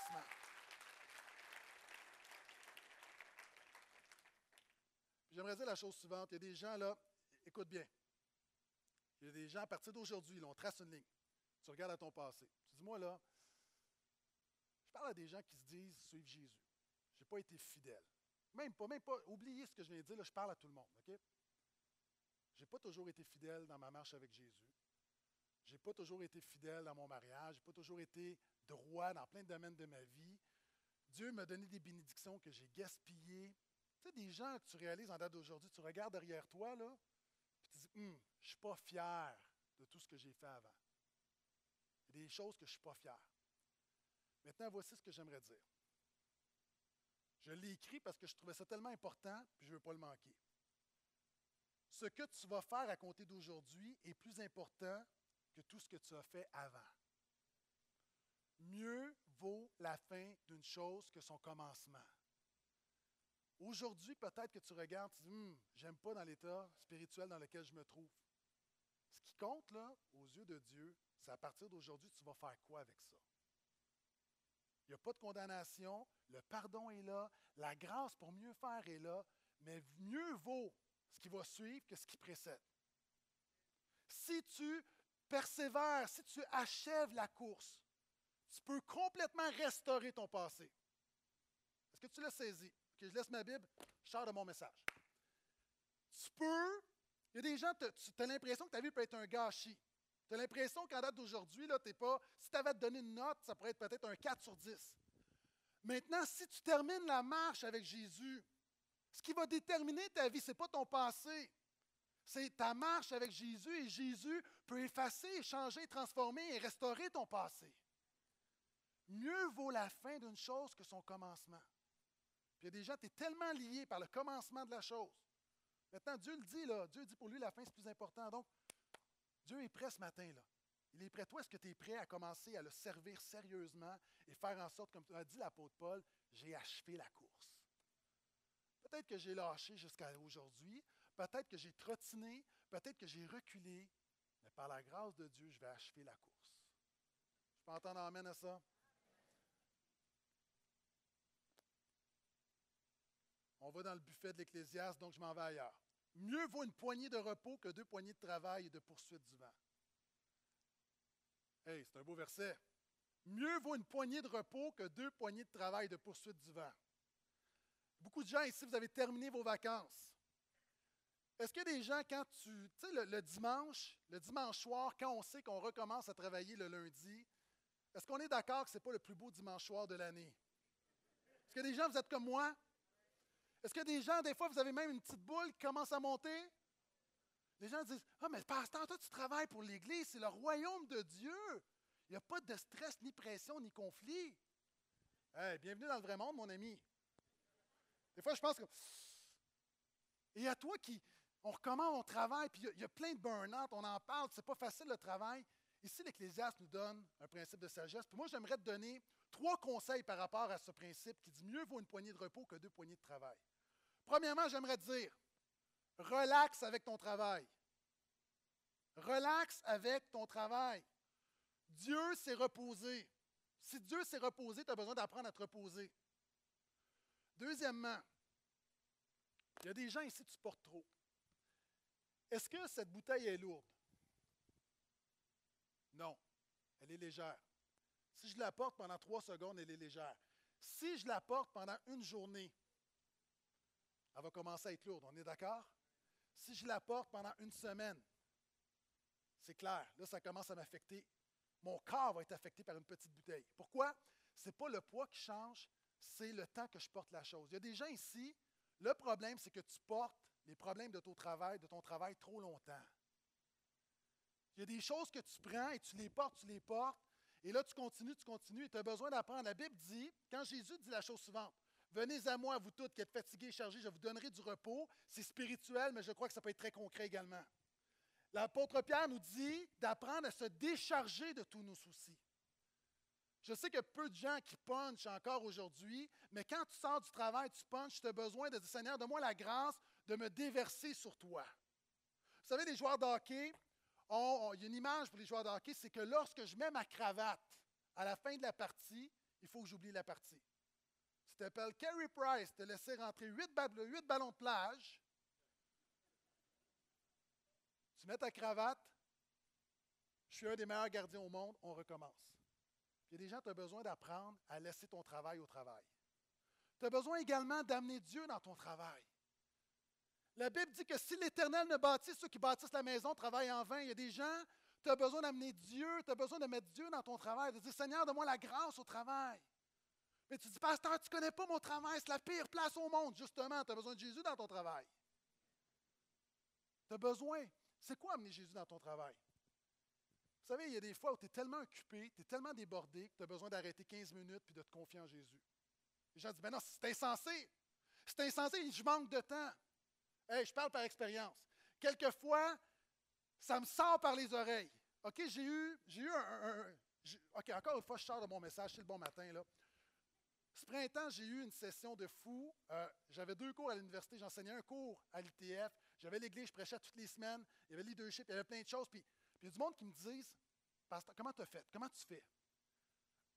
A: J'aimerais dire la chose suivante. Il y a des gens là, écoute bien, il y a des gens à partir d'aujourd'hui, là, on trace une ligne. Tu regardes à ton passé. Tu dis, moi là, je parle à des gens qui se disent suivre Jésus. Je n'ai pas été fidèle. Même pas, même pas, oubliez ce que je viens de dire, là, je parle à tout le monde, OK? Je n'ai pas toujours été fidèle dans ma marche avec Jésus. Je n'ai pas toujours été fidèle dans mon mariage. Je n'ai pas toujours été droit dans plein de domaines de ma vie. Dieu m'a donné des bénédictions que j'ai gaspillées. Tu sais, des gens que tu réalises en date d'aujourd'hui, tu regardes derrière toi, là, puis tu dis, hum, je ne suis pas fier de tout ce que j'ai fait avant. Il y a des choses que je ne suis pas fier. Maintenant, voici ce que j'aimerais dire. Je l'ai écrit parce que je trouvais ça tellement important, puis je ne veux pas le manquer. Ce que tu vas faire à compter d'aujourd'hui est plus important que tout ce que tu as fait avant. Mieux vaut la fin d'une chose que son commencement. Aujourd'hui, peut-être que tu regardes et tu dis, hum, j'aime pas dans l'état spirituel dans lequel je me trouve. Ce qui compte, là, aux yeux de Dieu, c'est à partir d'aujourd'hui, tu vas faire quoi avec ça? Il n'y a pas de condamnation, le pardon est là, la grâce pour mieux faire est là, mais mieux vaut ce qui va suivre que ce qui précède. Si tu persévères, si tu achèves la course, tu peux complètement restaurer ton passé. Est-ce que tu l'as saisi? Ok, je laisse ma Bible, je sors de mon message. Tu peux, il y a des gens, tu as l'impression que ta vie peut être un gâchis. Tu as l'impression qu'en date d'aujourd'hui, tu n'es pas, si tu avais à te donner une note, ça pourrait être peut-être un quatre sur dix. Maintenant, si tu termines la marche avec Jésus, ce qui va déterminer ta vie, ce n'est pas ton passé. C'est ta marche avec Jésus et Jésus peut effacer, changer, transformer et restaurer ton passé. Mieux vaut la fin d'une chose que son commencement. Puis il y a des gens, tu es tellement lié par le commencement de la chose. Maintenant, Dieu le dit, là, Dieu dit pour lui, la fin, c'est plus important. Donc, Dieu est prêt ce matin, là. Il est prêt. Toi, est-ce que tu es prêt à commencer à le servir sérieusement et faire en sorte, comme a dit l'apôtre Paul, j'ai achevé la course. Peut-être que j'ai lâché jusqu'à aujourd'hui, peut-être que j'ai trottiné, peut-être que j'ai reculé, mais par la grâce de Dieu, je vais achever la course. Je peux entendre amène à ça? On va dans le buffet de l'Ecclésiaste, donc je m'en vais ailleurs. Mieux vaut une poignée de repos que deux poignées de travail et de poursuite du vent. Hey, c'est un beau verset. Mieux vaut une poignée de repos que deux poignées de travail et de poursuite du vent. Beaucoup de gens ici, vous avez terminé vos vacances. Est-ce qu'il y a des gens, quand tu, tu sais, le, le dimanche, le dimanche soir, quand on sait qu'on recommence à travailler le lundi, est-ce qu'on est d'accord que ce n'est pas le plus beau dimanche soir de l'année? Est-ce qu'il y a des gens, vous êtes comme moi? Est-ce qu'il y a des gens, des fois, vous avez même une petite boule qui commence à monter? Les gens disent, « Ah, mais pasteur, toi, tu travailles pour l'Église, c'est le royaume de Dieu. Il n'y a pas de stress, ni pression, ni conflit. » Hey, bienvenue dans le vrai monde, mon ami. Des fois, je pense que... Et à toi qui... On recommence, on travaille, puis il y, y a plein de burn-out, on en parle, c'est pas facile le travail. Ici, l'Ecclésiaste nous donne un principe de sagesse. Puis moi, j'aimerais te donner trois conseils par rapport à ce principe qui dit mieux vaut une poignée de repos que deux poignées de travail. Premièrement, j'aimerais te dire, relax avec ton travail. Relax avec ton travail. Dieu s'est reposé. Si Dieu s'est reposé, tu as besoin d'apprendre à te reposer. Deuxièmement, il y a des gens ici, tu portes trop. Est-ce que cette bouteille est lourde? Non, elle est légère. Si je la porte pendant trois secondes, elle est légère. Si je la porte pendant une journée, elle va commencer à être lourde, on est d'accord? Si je la porte pendant une semaine, c'est clair, là, ça commence à m'affecter. Mon corps va être affecté par une petite bouteille. Pourquoi? Ce n'est pas le poids qui change, c'est le temps que je porte la chose. Il y a des gens ici, le problème, c'est que tu portes les problèmes de ton travail, de ton travail trop longtemps. Il y a des choses que tu prends et tu les portes, tu les portes, et là, tu continues, tu continues, et tu as besoin d'apprendre. La Bible dit, quand Jésus dit la chose suivante, « Venez à moi, vous toutes qui êtes fatigués et chargés, je vous donnerai du repos. » C'est spirituel, mais je crois que ça peut être très concret également. L'apôtre Pierre nous dit d'apprendre à se décharger de tous nos soucis. Je sais qu'il y a peu de gens qui punchent encore aujourd'hui, mais quand tu sors du travail, tu punches, tu as besoin de dire, Seigneur, donne-moi la grâce de me déverser sur toi. Vous savez, les joueurs de hockey, ont, ont, il y a une image pour les joueurs de hockey, c'est que lorsque je mets ma cravate à la fin de la partie, il faut que j'oublie la partie. Si tu t'appelles Carey Price, te laisser rentrer huit ballons de plage, tu mets ta cravate, je suis un des meilleurs gardiens au monde, on recommence. Il y a des gens, tu as besoin d'apprendre à laisser ton travail au travail. Tu as besoin également d'amener Dieu dans ton travail. La Bible dit que si l'Éternel ne bâtit, ceux qui bâtissent la maison travaillent en vain. Il y a des gens, tu as besoin d'amener Dieu, tu as besoin de mettre Dieu dans ton travail, de dire, Seigneur, donne-moi la grâce au travail. Mais tu dis, pasteur, tu ne connais pas mon travail, c'est la pire place au monde. Justement, tu as besoin de Jésus dans ton travail. Tu as besoin. C'est quoi amener Jésus dans ton travail? Vous savez, il y a des fois où tu es tellement occupé, tu es tellement débordé que tu as besoin d'arrêter quinze minutes puis de te confier en Jésus. Les gens disent, ben non, c'est insensé. C'est insensé, je manque de temps. Hey, je parle par expérience. Quelquefois, ça me sort par les oreilles. OK, j'ai eu, j'ai eu un, un, un OK, encore une fois, je sors de mon message, c'est le bon matin, là. Ce printemps, j'ai eu une session de fou. Euh, j'avais deux cours à l'université. J'enseignais un cours à l'I T F. J'avais l'église, je prêchais toutes les semaines. Il y avait le leadership, il y avait plein de choses. Puis, puis il y a du monde qui me disent, Pasteur, comment tu as fait? Comment tu fais?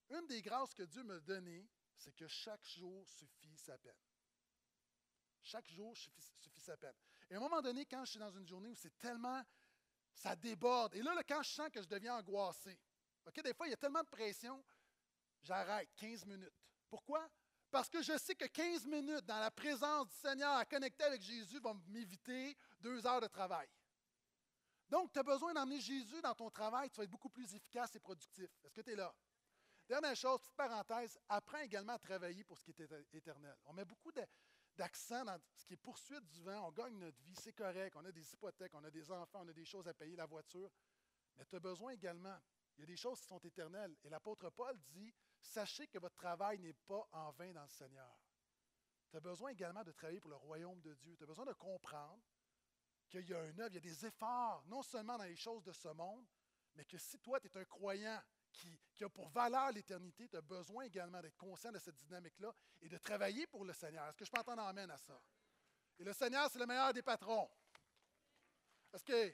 A: Une des grâces que Dieu m'a données, c'est que chaque jour suffit sa peine. Chaque jour suffit, suffit sa peine. Et à un moment donné, quand je suis dans une journée où c'est tellement, ça déborde, et là, là, quand je sens que je deviens angoissé, OK, des fois, il y a tellement de pression, j'arrête quinze minutes. Pourquoi? Parce que je sais que quinze minutes dans la présence du Seigneur à connecter avec Jésus vont m'éviter deux heures de travail. Donc, tu as besoin d'emmener Jésus dans ton travail, tu vas être beaucoup plus efficace et productif. Est-ce que tu es là? Dernière chose, petite parenthèse, apprends également à travailler pour ce qui est éternel. On met beaucoup de, d'accent dans ce qui est poursuite du vent, on gagne notre vie, c'est correct, on a des hypothèques, on a des enfants, on a des choses à payer, la voiture, mais tu as besoin également, il y a des choses qui sont éternelles. Et l'apôtre Paul dit, sachez que votre travail n'est pas en vain dans le Seigneur. Tu as besoin également de travailler pour le royaume de Dieu. Tu as besoin de comprendre qu'il y a un œuvre, il y a des efforts, non seulement dans les choses de ce monde, mais que si toi, tu es un croyant qui, qui a pour valeur l'éternité, tu as besoin également d'être conscient de cette dynamique-là et de travailler pour le Seigneur. Est-ce que je peux entendre amène à ça? Et le Seigneur, c'est le meilleur des patrons. Est-ce que...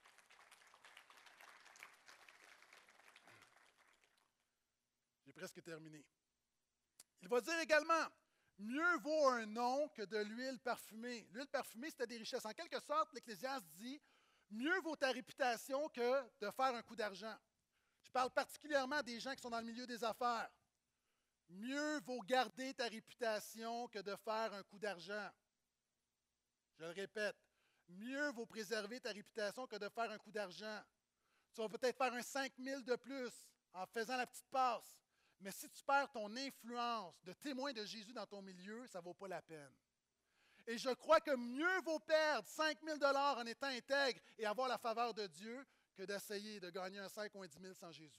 A: J'ai presque terminé. Il va dire également, mieux vaut un nom que de l'huile parfumée. L'huile parfumée, c'était des richesses. En quelque sorte, l'Ecclésiaste dit, mieux vaut ta réputation que de faire un coup d'argent. Je parle particulièrement des gens qui sont dans le milieu des affaires. Mieux vaut garder ta réputation que de faire un coup d'argent. Je le répète, mieux vaut préserver ta réputation que de faire un coup d'argent. Tu vas peut-être faire un cinq mille de plus en faisant la petite passe. Mais si tu perds ton influence de témoin de Jésus dans ton milieu, ça ne vaut pas la peine. Et je crois que mieux vaut perdre cinq mille dollars en étant intègre et avoir la faveur de Dieu que d'essayer de gagner un cinq ou un dix mille sans Jésus.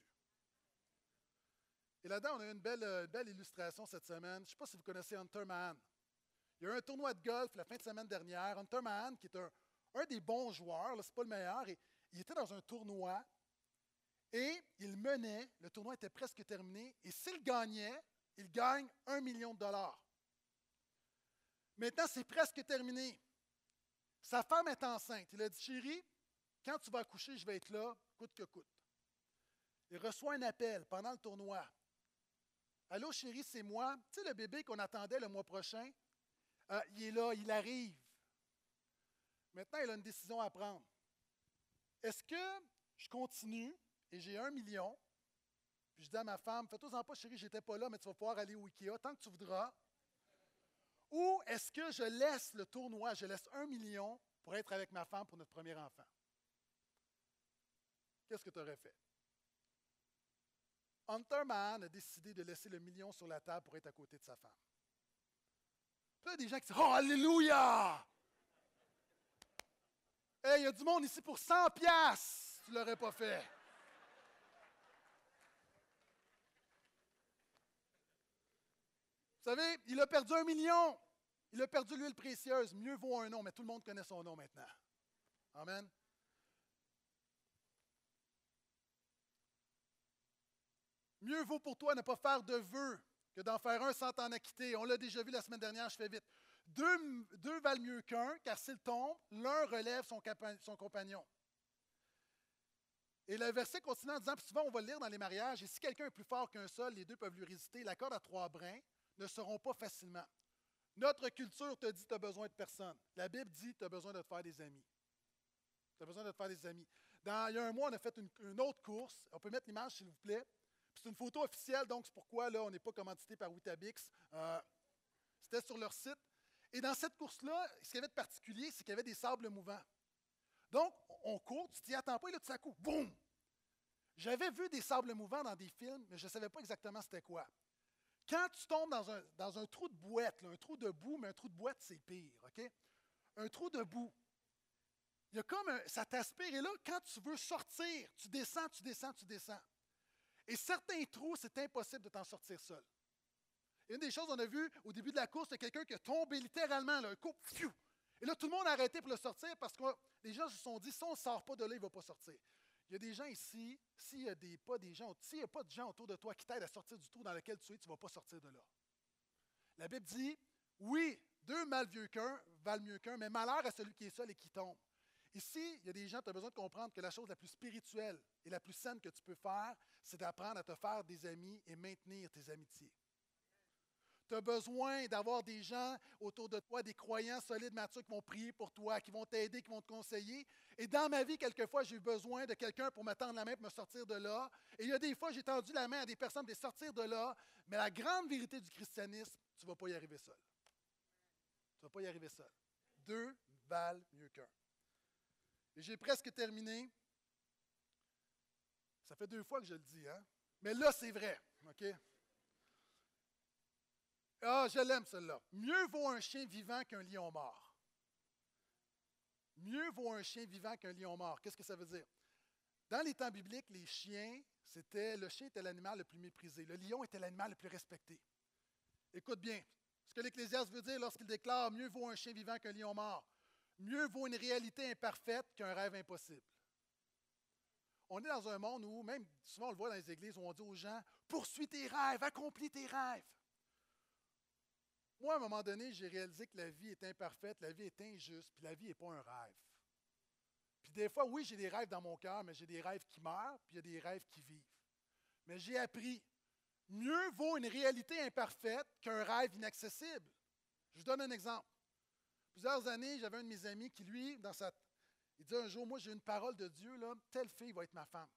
A: Et là-dedans, on a eu une belle, une belle illustration cette semaine. Je ne sais pas si vous connaissez Hunter Mahan. Il y a eu un tournoi de golf la fin de semaine dernière. Hunter Mahan, qui est un, un des bons joueurs, ce n'est pas le meilleur, et il était dans un tournoi. Et il menait, le tournoi était presque terminé, et s'il gagnait, il gagne un million de dollars. Maintenant, c'est presque terminé. Sa femme est enceinte. Il a dit, chérie, quand tu vas accoucher, je vais être là, coûte que coûte. Il reçoit un appel pendant le tournoi. Allô, chérie, c'est moi. Tu sais, le bébé qu'on attendait le mois prochain, euh, il est là, il arrive. Maintenant, il a une décision à prendre. Est-ce que je continue et j'ai un million, puis je dis à ma femme, fais-toi-en pas, chérie, j'étais pas là, mais tu vas pouvoir aller au Ikea tant que tu voudras. Ou est-ce que je laisse le tournoi, je laisse un million pour être avec ma femme pour notre premier enfant? Qu'est-ce que tu aurais fait? Hunter Mahan a décidé de laisser le million sur la table pour être à côté de sa femme. Puis il y a des gens qui disent, oh, alléluia! Hey, il y a du monde ici pour cent piastres, tu ne l'aurais pas fait. Vous savez, il a perdu un million. Il a perdu l'huile précieuse. Mieux vaut un nom, mais tout le monde connaît son nom maintenant. Amen. Mieux vaut pour toi ne pas faire de vœux que d'en faire un sans t'en acquitter. On l'a déjà vu la semaine dernière, je fais vite. Deux, deux valent mieux qu'un, car s'il tombe, l'un relève son, son compagnon. Et le verset continue en disant, puis souvent on va le lire dans les mariages, et si quelqu'un est plus fort qu'un seul, les deux peuvent lui résister. La corde à trois brins ne seront pas facilement. Notre culture te dit que tu as besoin de personne. La Bible dit que tu as besoin de te faire des amis. Tu as besoin de te faire des amis. Dans, il y a un mois, on a fait une, une autre course. On peut mettre l'image, s'il vous plaît. C'est une photo officielle, donc c'est pourquoi là, on n'est pas commandité par Weetabix. Euh, C'était sur leur site. Et dans cette course-là, ce qu'il y avait de particulier, c'est qu'il y avait des sables mouvants. Donc, on court, tu t'y attends pas, et là, tout à coup, boum! J'avais vu des sables mouvants dans des films, mais je ne savais pas exactement c'était quoi. Quand tu tombes dans un, dans un trou de bouette, là, un trou de boue, mais un trou de boîte, c'est pire, OK? Un trou de boue. Il y a comme un, ça t'aspire, et là, quand tu veux sortir, tu descends, tu descends, tu descends. Et certains trous, c'est impossible de t'en sortir seul. Et une des choses qu'on a vues au début de la course, c'est quelqu'un qui est tombé littéralement, là, un coup, pfiou! Et là, tout le monde a arrêté pour le sortir parce que les gens se sont dit, si on ne sort pas de là, il ne va pas sortir. Il y a des gens ici, s'il n'y a, des, pas des gens, s'il y a pas de gens autour de toi qui t'aident à sortir du trou dans lequel tu es, tu ne vas pas sortir de là. La Bible dit, oui, deux valent mieux qu'un, valent mieux qu'un, mais malheur à celui qui est seul et qui tombe. Ici, il y a des gens, tu as besoin de comprendre que la chose la plus spirituelle et la plus saine que tu peux faire, c'est d'apprendre à te faire des amis et maintenir tes amitiés. Tu as besoin d'avoir des gens autour de toi, des croyants solides, matures, qui vont prier pour toi, qui vont t'aider, qui vont te conseiller. Et dans ma vie, quelquefois, j'ai eu besoin de quelqu'un pour me tendre la main, pour me sortir de là. Et il y a des fois, j'ai tendu la main à des personnes pour les sortir de là. Mais la grande vérité du christianisme, tu ne vas pas y arriver seul. Tu ne vas pas y arriver seul. Deux valent mieux qu'un. Et j'ai presque terminé. Ça fait deux fois que je le dis, hein? Mais là, c'est vrai, OK? Ah, je l'aime, celle-là. Mieux vaut un chien vivant qu'un lion mort. Mieux vaut un chien vivant qu'un lion mort. Qu'est-ce que ça veut dire? Dans les temps bibliques, les chiens, c'était, le chien était l'animal le plus méprisé. Le lion était l'animal le plus respecté. Écoute bien, ce que l'Ecclésiaste veut dire lorsqu'il déclare « Mieux vaut un chien vivant qu'un lion mort ». Mieux vaut une réalité imparfaite qu'un rêve impossible. On est dans un monde où, même souvent on le voit dans les églises, où on dit aux gens « Poursuis tes rêves, accomplis tes rêves ». Moi, à un moment donné, j'ai réalisé que la vie est imparfaite, la vie est injuste, puis la vie n'est pas un rêve. Puis des fois, oui, j'ai des rêves dans mon cœur, mais j'ai des rêves qui meurent, puis il y a des rêves qui vivent. Mais j'ai appris, mieux vaut une réalité imparfaite qu'un rêve inaccessible. Je vous donne un exemple. Plusieurs années, j'avais un de mes amis qui, lui, dans sa... il dit un jour, moi, j'ai une parole de Dieu, là, telle fille va être ma femme.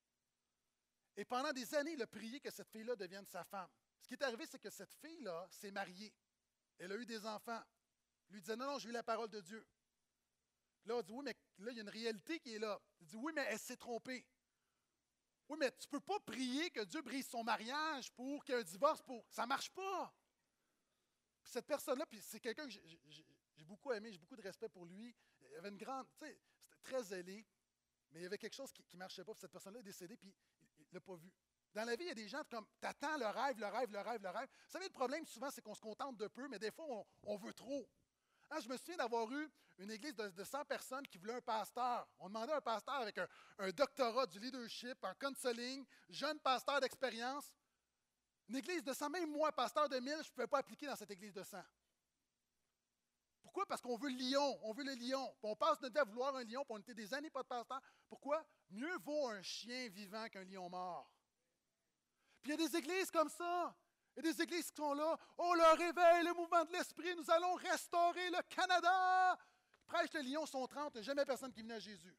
A: Et pendant des années, il a prié que cette fille-là devienne sa femme. Ce qui est arrivé, c'est que cette fille-là s'est mariée. Elle a eu des enfants. Il lui disait, non, non, j'ai eu la parole de Dieu. Puis là, on dit, oui, mais là, il y a une réalité qui est là. Il dit, oui, mais elle s'est trompée. Oui, mais tu ne peux pas prier que Dieu brise son mariage pour qu'il y ait un divorce. Pour... Ça ne marche pas. Puis cette personne-là, puis c'est quelqu'un que j'ai, j'ai, j'ai beaucoup aimé, j'ai beaucoup de respect pour lui. Il avait une grande, tu sais, c'était très zélé, mais il y avait quelque chose qui ne marchait pas. Puis cette personne-là est décédée, puis il ne l'a pas vu. Dans la vie, il y a des gens comme, t'attends le rêve, le rêve, le rêve, le rêve. Vous savez, le problème souvent, c'est qu'on se contente de peu, mais des fois, on, on veut trop. Hein, je me souviens d'avoir eu une église de, de cent personnes qui voulait un pasteur. On demandait un pasteur avec un, un doctorat du leadership, en counseling, jeune pasteur d'expérience. Une église de cent, même moi, pasteur de mille, je ne pouvais pas appliquer dans cette église de cent. Pourquoi? Parce qu'on veut le lion, on veut le lion. Puis on passe notre vie à vouloir un lion, puis on était des années pas de pasteur. Pourquoi? Mieux vaut un chien vivant qu'un lion mort. Puis il y a des églises comme ça. Il y a des églises qui sont là. Oh, le réveil, le mouvement de l'esprit, nous allons restaurer le Canada. Prêche le lion, sont trente, il n'y a jamais personne qui venait à Jésus.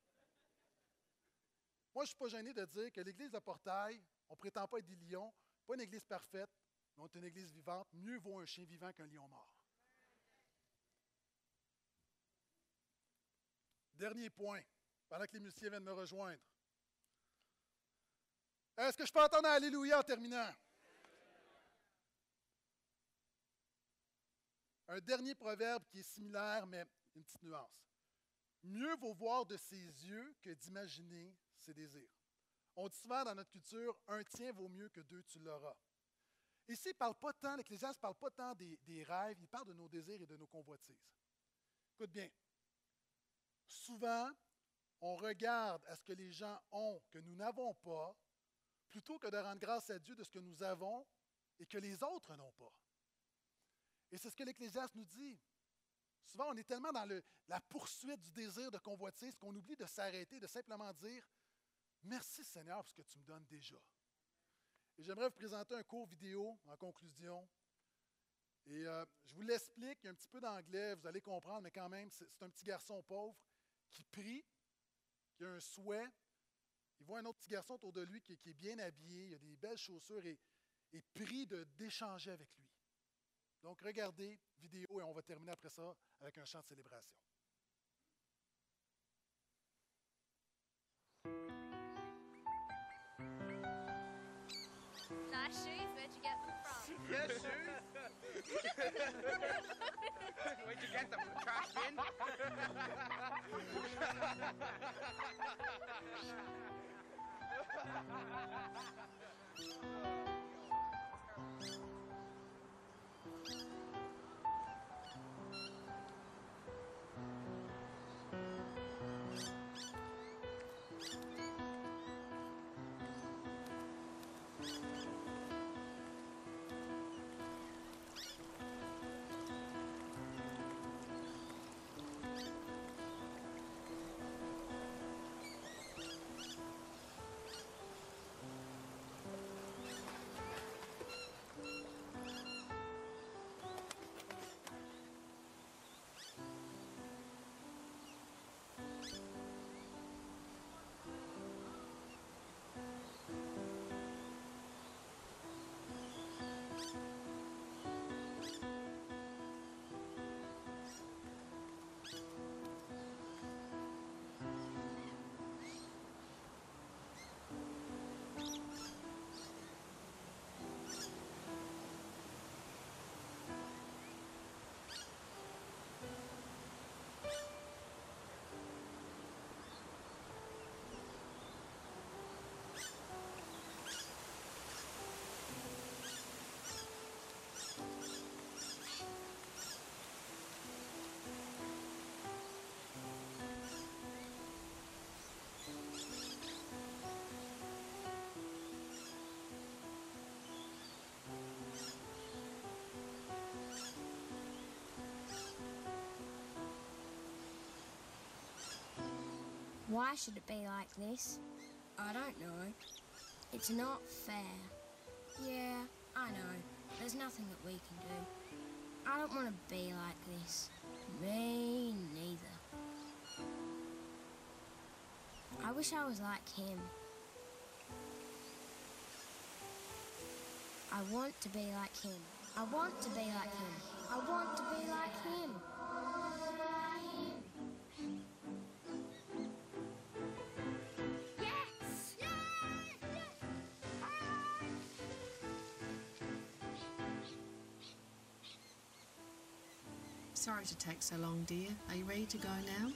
A: Moi, je ne suis pas gêné de dire que l'église de Portail, on ne prétend pas être des lions, pas une église parfaite, mais on est une église vivante. Mieux vaut un chien vivant qu'un lion mort. Dernier point, pendant que les musiciens viennent me rejoindre. Est-ce que je peux entendre un Alléluia en terminant? Un dernier proverbe qui est similaire, mais une petite nuance. Mieux vaut voir de ses yeux que d'imaginer ses désirs. On dit souvent dans notre culture, un tien vaut mieux que deux, tu l'auras. Ici, il ne parle pas tant, l'Ecclésiaste ne parle pas tant des, des rêves, il parle de nos désirs et de nos convoitises. Écoute bien, souvent, on regarde à ce que les gens ont, que nous n'avons pas, plutôt que de rendre grâce à Dieu de ce que nous avons et que les autres n'ont pas. Et c'est ce que l'Ecclésiaste nous dit. Souvent, on est tellement dans le, la poursuite du désir de convoitise qu'on oublie de s'arrêter, de simplement dire « Merci Seigneur pour ce que tu me donnes déjà ». Et j'aimerais vous présenter un court vidéo en conclusion. Et euh, je vous l'explique, il y a un petit peu d'anglais, vous allez comprendre, mais quand même, c'est, c'est un petit garçon pauvre qui prie, qui a un souhait. Il voit un autre petit garçon autour de lui qui, qui est bien habillé, il a des belles chaussures et, et prie de, d'échanger avec lui. Donc, regardez, vidéo, et on va terminer après ça avec un chant de célébration.
B: Nice shoes, where'd you get them from?
C: Yeah, shoes. Where'd you get them? From trash bin?
D: Why should it be like this? I don't know. It's not fair. Yeah, I know. There's nothing that we can do. I don't want to be like this. Me neither. I wish I was like him. I want to be like him. I want to be like him. I want to be like him. Yes!
E: Sorry to take so long, dear. Are you ready to go now?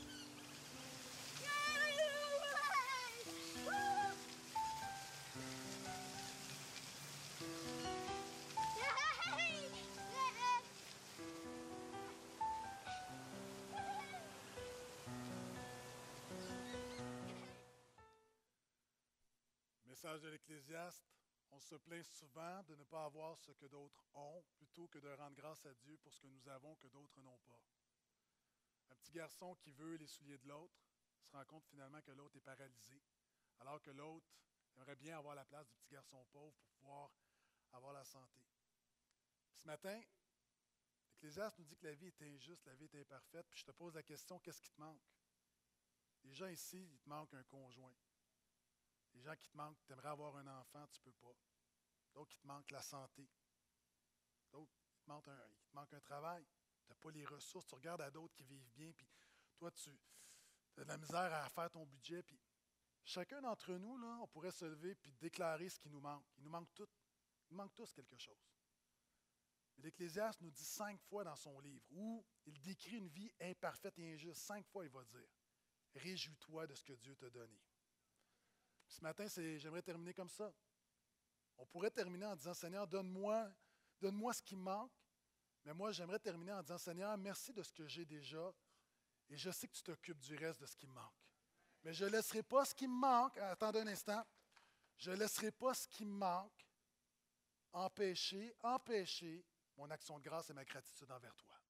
A: Message de l'Ecclésiaste, on se plaint souvent de ne pas avoir ce que d'autres ont, plutôt que de rendre grâce à Dieu pour ce que nous avons que d'autres n'ont pas. Un petit garçon qui veut les souliers de l'autre se rend compte finalement que l'autre est paralysé, alors que l'autre aimerait bien avoir la place du petit garçon pauvre pour pouvoir avoir la santé. Puis ce matin, l'Ecclésiaste nous dit que la vie est injuste, la vie est imparfaite, puis je te pose la question, qu'est-ce qui te manque? Les gens ici, il te manque un conjoint. Les gens qui te manquent, tu aimerais avoir un enfant, tu ne peux pas. D'autres qui te manquent la santé. D'autres, il te manque un, il te manque un travail. Tu n'as pas les ressources. Tu regardes à d'autres qui vivent bien, puis toi, tu as de la misère à faire ton budget. Puis chacun d'entre nous, là, on pourrait se lever et déclarer ce qui nous manque. Il nous manque tout. Il nous manque tous quelque chose. Mais l'Ecclésiaste nous dit cinq fois dans son livre, où il décrit une vie imparfaite et injuste. Cinq fois, il va dire, réjouis-toi de ce que Dieu t'a donné. Ce matin, c'est, j'aimerais terminer comme ça. On pourrait terminer en disant, Seigneur, donne-moi, donne-moi ce qui me manque. Mais moi, j'aimerais terminer en disant, Seigneur, merci de ce que j'ai déjà. Et je sais que tu t'occupes du reste de ce qui me manque. Mais je ne laisserai pas ce qui me manque, attendez un instant, je ne laisserai pas ce qui me manque empêcher, empêcher mon action de grâce et ma gratitude envers toi.